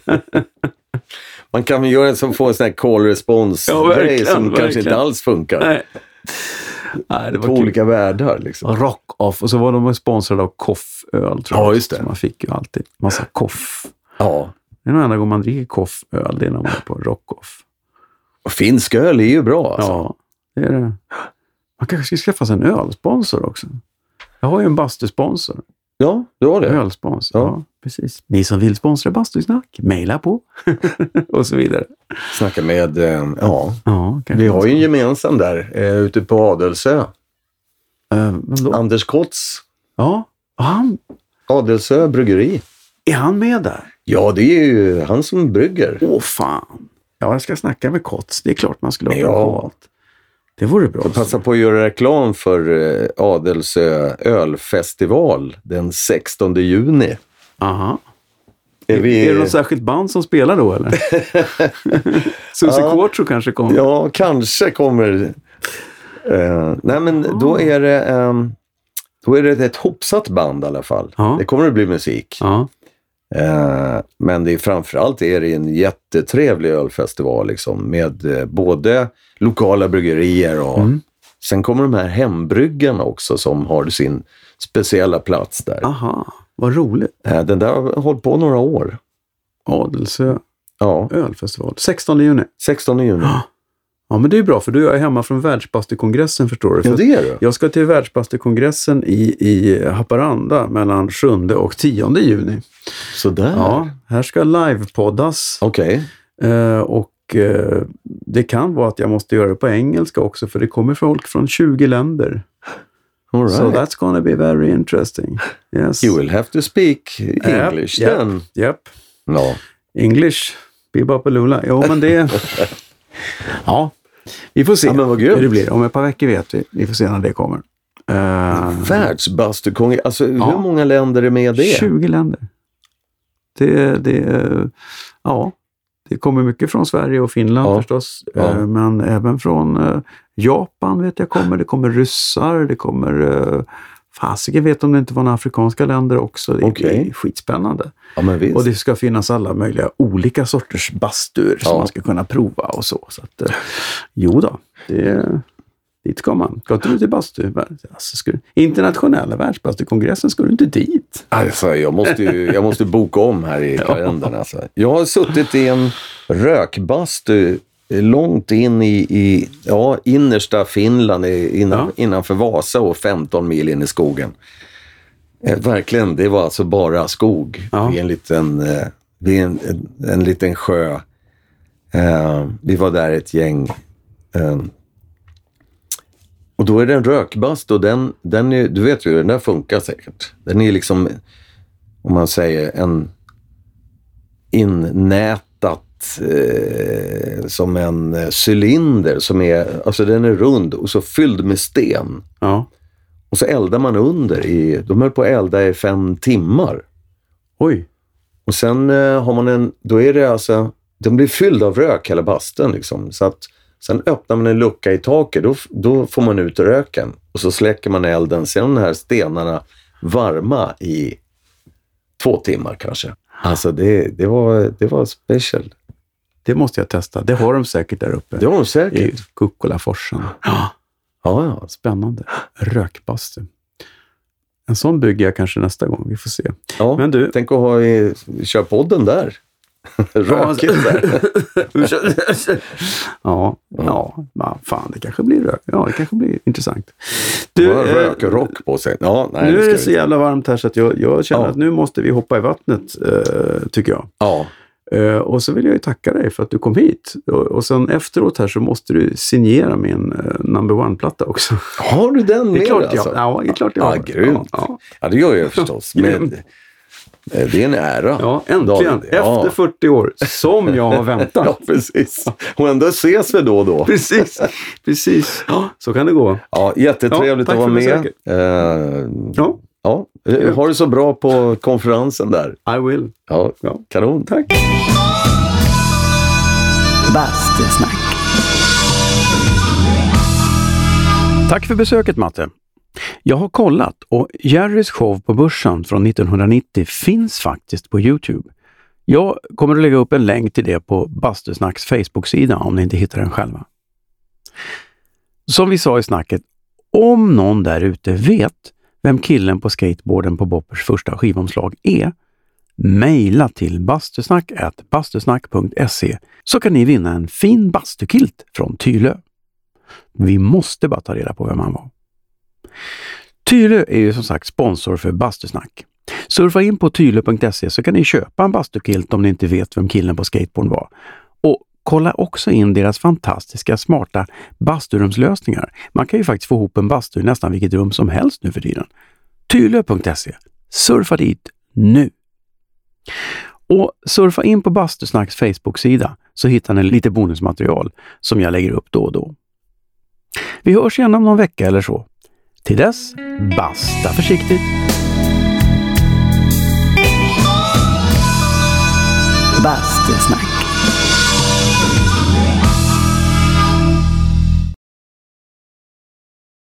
Speaker 1: Man kan ju göra en som får en sån här call response ja, grej som verkligen. kanske inte alls funkar. Nej. Nej, det var på kul. Olika världar liksom.
Speaker 2: Rock-off. Och så var de sponsrade av Koff-öl, tror jag.
Speaker 1: Ja, just det.
Speaker 2: Så man fick ju alltid massa Koff.
Speaker 1: Ja.
Speaker 2: Det är nog enda gång man dricker Koff-öl, det är när man är på Rock-off.
Speaker 1: Och finsk öl är ju bra alltså.
Speaker 2: Ja, det är det. Man kanske ska skaffa sig en ölsponsor också. Jag har ju en bastusponsor.
Speaker 1: Ja, du har det.
Speaker 2: Ölsponsor, ja. ja, precis. Ni som vill sponsra Bastusnack, mejla på. Och så vidare.
Speaker 1: Snacka med, äh, ja.
Speaker 2: ja
Speaker 1: vi har ju en gemensam där, äh, ute på Adelsö.
Speaker 2: Äh,
Speaker 1: Anders Kotz.
Speaker 2: Ja, han...
Speaker 1: Adelsö bryggeri.
Speaker 2: Är han med där?
Speaker 1: Ja, det är ju han som brygger.
Speaker 2: Åh fan. Ja, jag ska snacka med Kotz. Det är klart man skulle ha
Speaker 1: ja.
Speaker 2: allt. Det vore bra.
Speaker 1: Och passa på att göra reklam för eh, Adelsö ölfestival den sextonde juni.
Speaker 2: Aha. Är, vi... är det något särskilt band som spelar då, eller? Susie ja. Quattro kanske kommer.
Speaker 1: Ja, kanske kommer. Uh, nej, men ah. då är det um, då är det ett hopsat band i alla fall. Ah. Det kommer att bli musik.
Speaker 2: Ah.
Speaker 1: Uh, men det är framförallt är det en jättetrevlig ölfestival liksom, med uh, både lokala bryggerier och mm. sen kommer de här hembryggarna också som har sin speciella plats där.
Speaker 2: Aha, vad roligt.
Speaker 1: Uh, den där har hållit på några år.
Speaker 2: Adelsö
Speaker 1: ja.
Speaker 2: ölfestival. sextonde juni.
Speaker 1: sextonde juni.
Speaker 2: Ja, men det är bra, för du är hemma från världsbastukongressen, förstår du.
Speaker 1: Ja, det är du.
Speaker 2: Jag ska till världsbastukongressen i, i Haparanda mellan sjunde och tionde juni.
Speaker 1: Sådär.
Speaker 2: Ja, här ska livepoddas.
Speaker 1: Okej.
Speaker 2: Okay. Eh, och eh, det kan vara att jag måste göra det på engelska också, för det kommer folk från tjugo länder.
Speaker 1: All right.
Speaker 2: So that's gonna be very interesting. Yes.
Speaker 1: You will have to speak English
Speaker 2: yep,
Speaker 1: then.
Speaker 2: Yep. yep.
Speaker 1: No.
Speaker 2: English. Bebopalula. Jo, men det... ja. Vi får se
Speaker 1: ja, men vad
Speaker 2: hur det blir. Om ett par veckor vet vi. Vi får se när det kommer. Uh,
Speaker 1: Världsbastukongress. Alltså,
Speaker 2: ja.
Speaker 1: hur många länder är med det?
Speaker 2: tjugo länder. Det, det, ja, det kommer mycket från Sverige och Finland ja. förstås. Ja. Uh, men även från uh, Japan vet jag kommer. Det kommer ryssar. Det kommer... Uh, fasiken vet om det inte var några afrikanska länder också. Det
Speaker 1: okay.
Speaker 2: är skitspännande.
Speaker 1: Ja, men visst.
Speaker 2: Och det ska finnas alla möjliga olika sorters bastur ja. som man ska kunna prova och så. Så att, eh, jo då, det, dit ska man. Ska inte du till bastu? Alltså, ska du, internationella världsbastukongressen, ska du inte dit?
Speaker 1: Alltså, jag måste ju, jag måste boka om här i kalendern. Alltså. Jag har suttit i en rökbastu långt in i, i ja, innersta Finland, innan, ja. innanför Vasa och femton mil in i skogen. Eh, verkligen, det var alltså bara skog ja. vid en liten, eh, vid en, en, en liten sjö. Eh, vi var där ett gäng. Eh, och då är det en rökbast och den, den är, du vet ju, den där funkar säkert. Den är liksom, om man säger, en innätat Eh, som en eh, cylinder som är, alltså den är rund och så fylld med sten.
Speaker 2: Ja.
Speaker 1: Och så eldar man under i, de höll på att elda i fem timmar.
Speaker 2: Oj.
Speaker 1: Och sen eh, har man en, då är det alltså, den blir fylld av rök hela basten liksom. Så att sen öppnar man en lucka i taket, då, då får man ut röken. Och så släcker man elden, sen de här stenarna varma i två timmar kanske. Alltså det, det, var, det var special.
Speaker 2: Det måste jag testa. Det har de säkert där uppe.
Speaker 1: Det har de säkert.
Speaker 2: I Kukkolaforsen. Ja.
Speaker 1: Ja, ja.
Speaker 2: Spännande. Rökbastu. En sån bygger jag kanske nästa gång. Vi får se.
Speaker 1: Ja, men du, tänk att ha i, köra podden där. Rökigt där.
Speaker 2: ja, ja, ja, fan det kanske blir rök. Ja, det kanske blir intressant.
Speaker 1: Du har rök och rock på sig. Ja, nej,
Speaker 2: nu
Speaker 1: det
Speaker 2: är det så
Speaker 1: vi...
Speaker 2: jävla varmt här så att jag, jag känner
Speaker 1: ja.
Speaker 2: att nu måste vi hoppa i vattnet, uh, tycker jag.
Speaker 1: Ja.
Speaker 2: Uh, och så vill jag ju tacka dig för att du kom hit. Och, och sen efteråt här så måste du signera min uh, number one-platta också.
Speaker 1: Har du den med?
Speaker 2: Det är klart
Speaker 1: alltså?
Speaker 2: jag, ja, det är klart jag har.
Speaker 1: Ja, grymt.
Speaker 2: Ja,
Speaker 1: ja, det gör jag förstås. Men, det är en ära.
Speaker 2: Ja, äntligen.
Speaker 1: David. Ja.
Speaker 2: Efter fyrtio år. Som jag har väntat.
Speaker 1: Ja, precis. Och ändå ses vi då och då.
Speaker 2: Precis. Precis. Ja, så kan det gå.
Speaker 1: Ja, jättetrevligt
Speaker 2: ja,
Speaker 1: att vara med. Uh,
Speaker 2: ja.
Speaker 1: Ja, har du så bra på konferensen där?
Speaker 2: I will.
Speaker 1: Ja, ja. Kanon.
Speaker 2: Tack. Bastusnack. Tack för besöket, Matte. Jag har kollat och Jerrys show på börsen från nittonhundranittio finns faktiskt på YouTube. Jag kommer att lägga upp en länk till det på Bastusnacks Facebook-sida om ni inte hittar den själva. Som vi sa i snacket, om någon där ute vet vem killen på skateboarden på Boppers första skivomslag är, mejla till bastusnack at bastusnack punkt se så kan ni vinna en fin bastukilt från Tylö. Vi måste bara ta reda på vem han var. Tylö är ju som sagt sponsor för Bastusnack. Surfa in på tylö punkt se så kan ni köpa en bastukilt om ni inte vet vem killen på skateboarden var. Och kolla också in deras fantastiska smarta basturumslösningar. Man kan ju faktiskt få ihop en bastu i nästan vilket rum som helst nu för tiden. tylö punkt se. Surfa dit nu! Och surfa in på Bastusnacks Facebook-sida så hittar ni lite bonusmaterial som jag lägger upp då och då. Vi hörs igen om någon vecka eller så. Till dess, basta försiktigt! Bastusnack.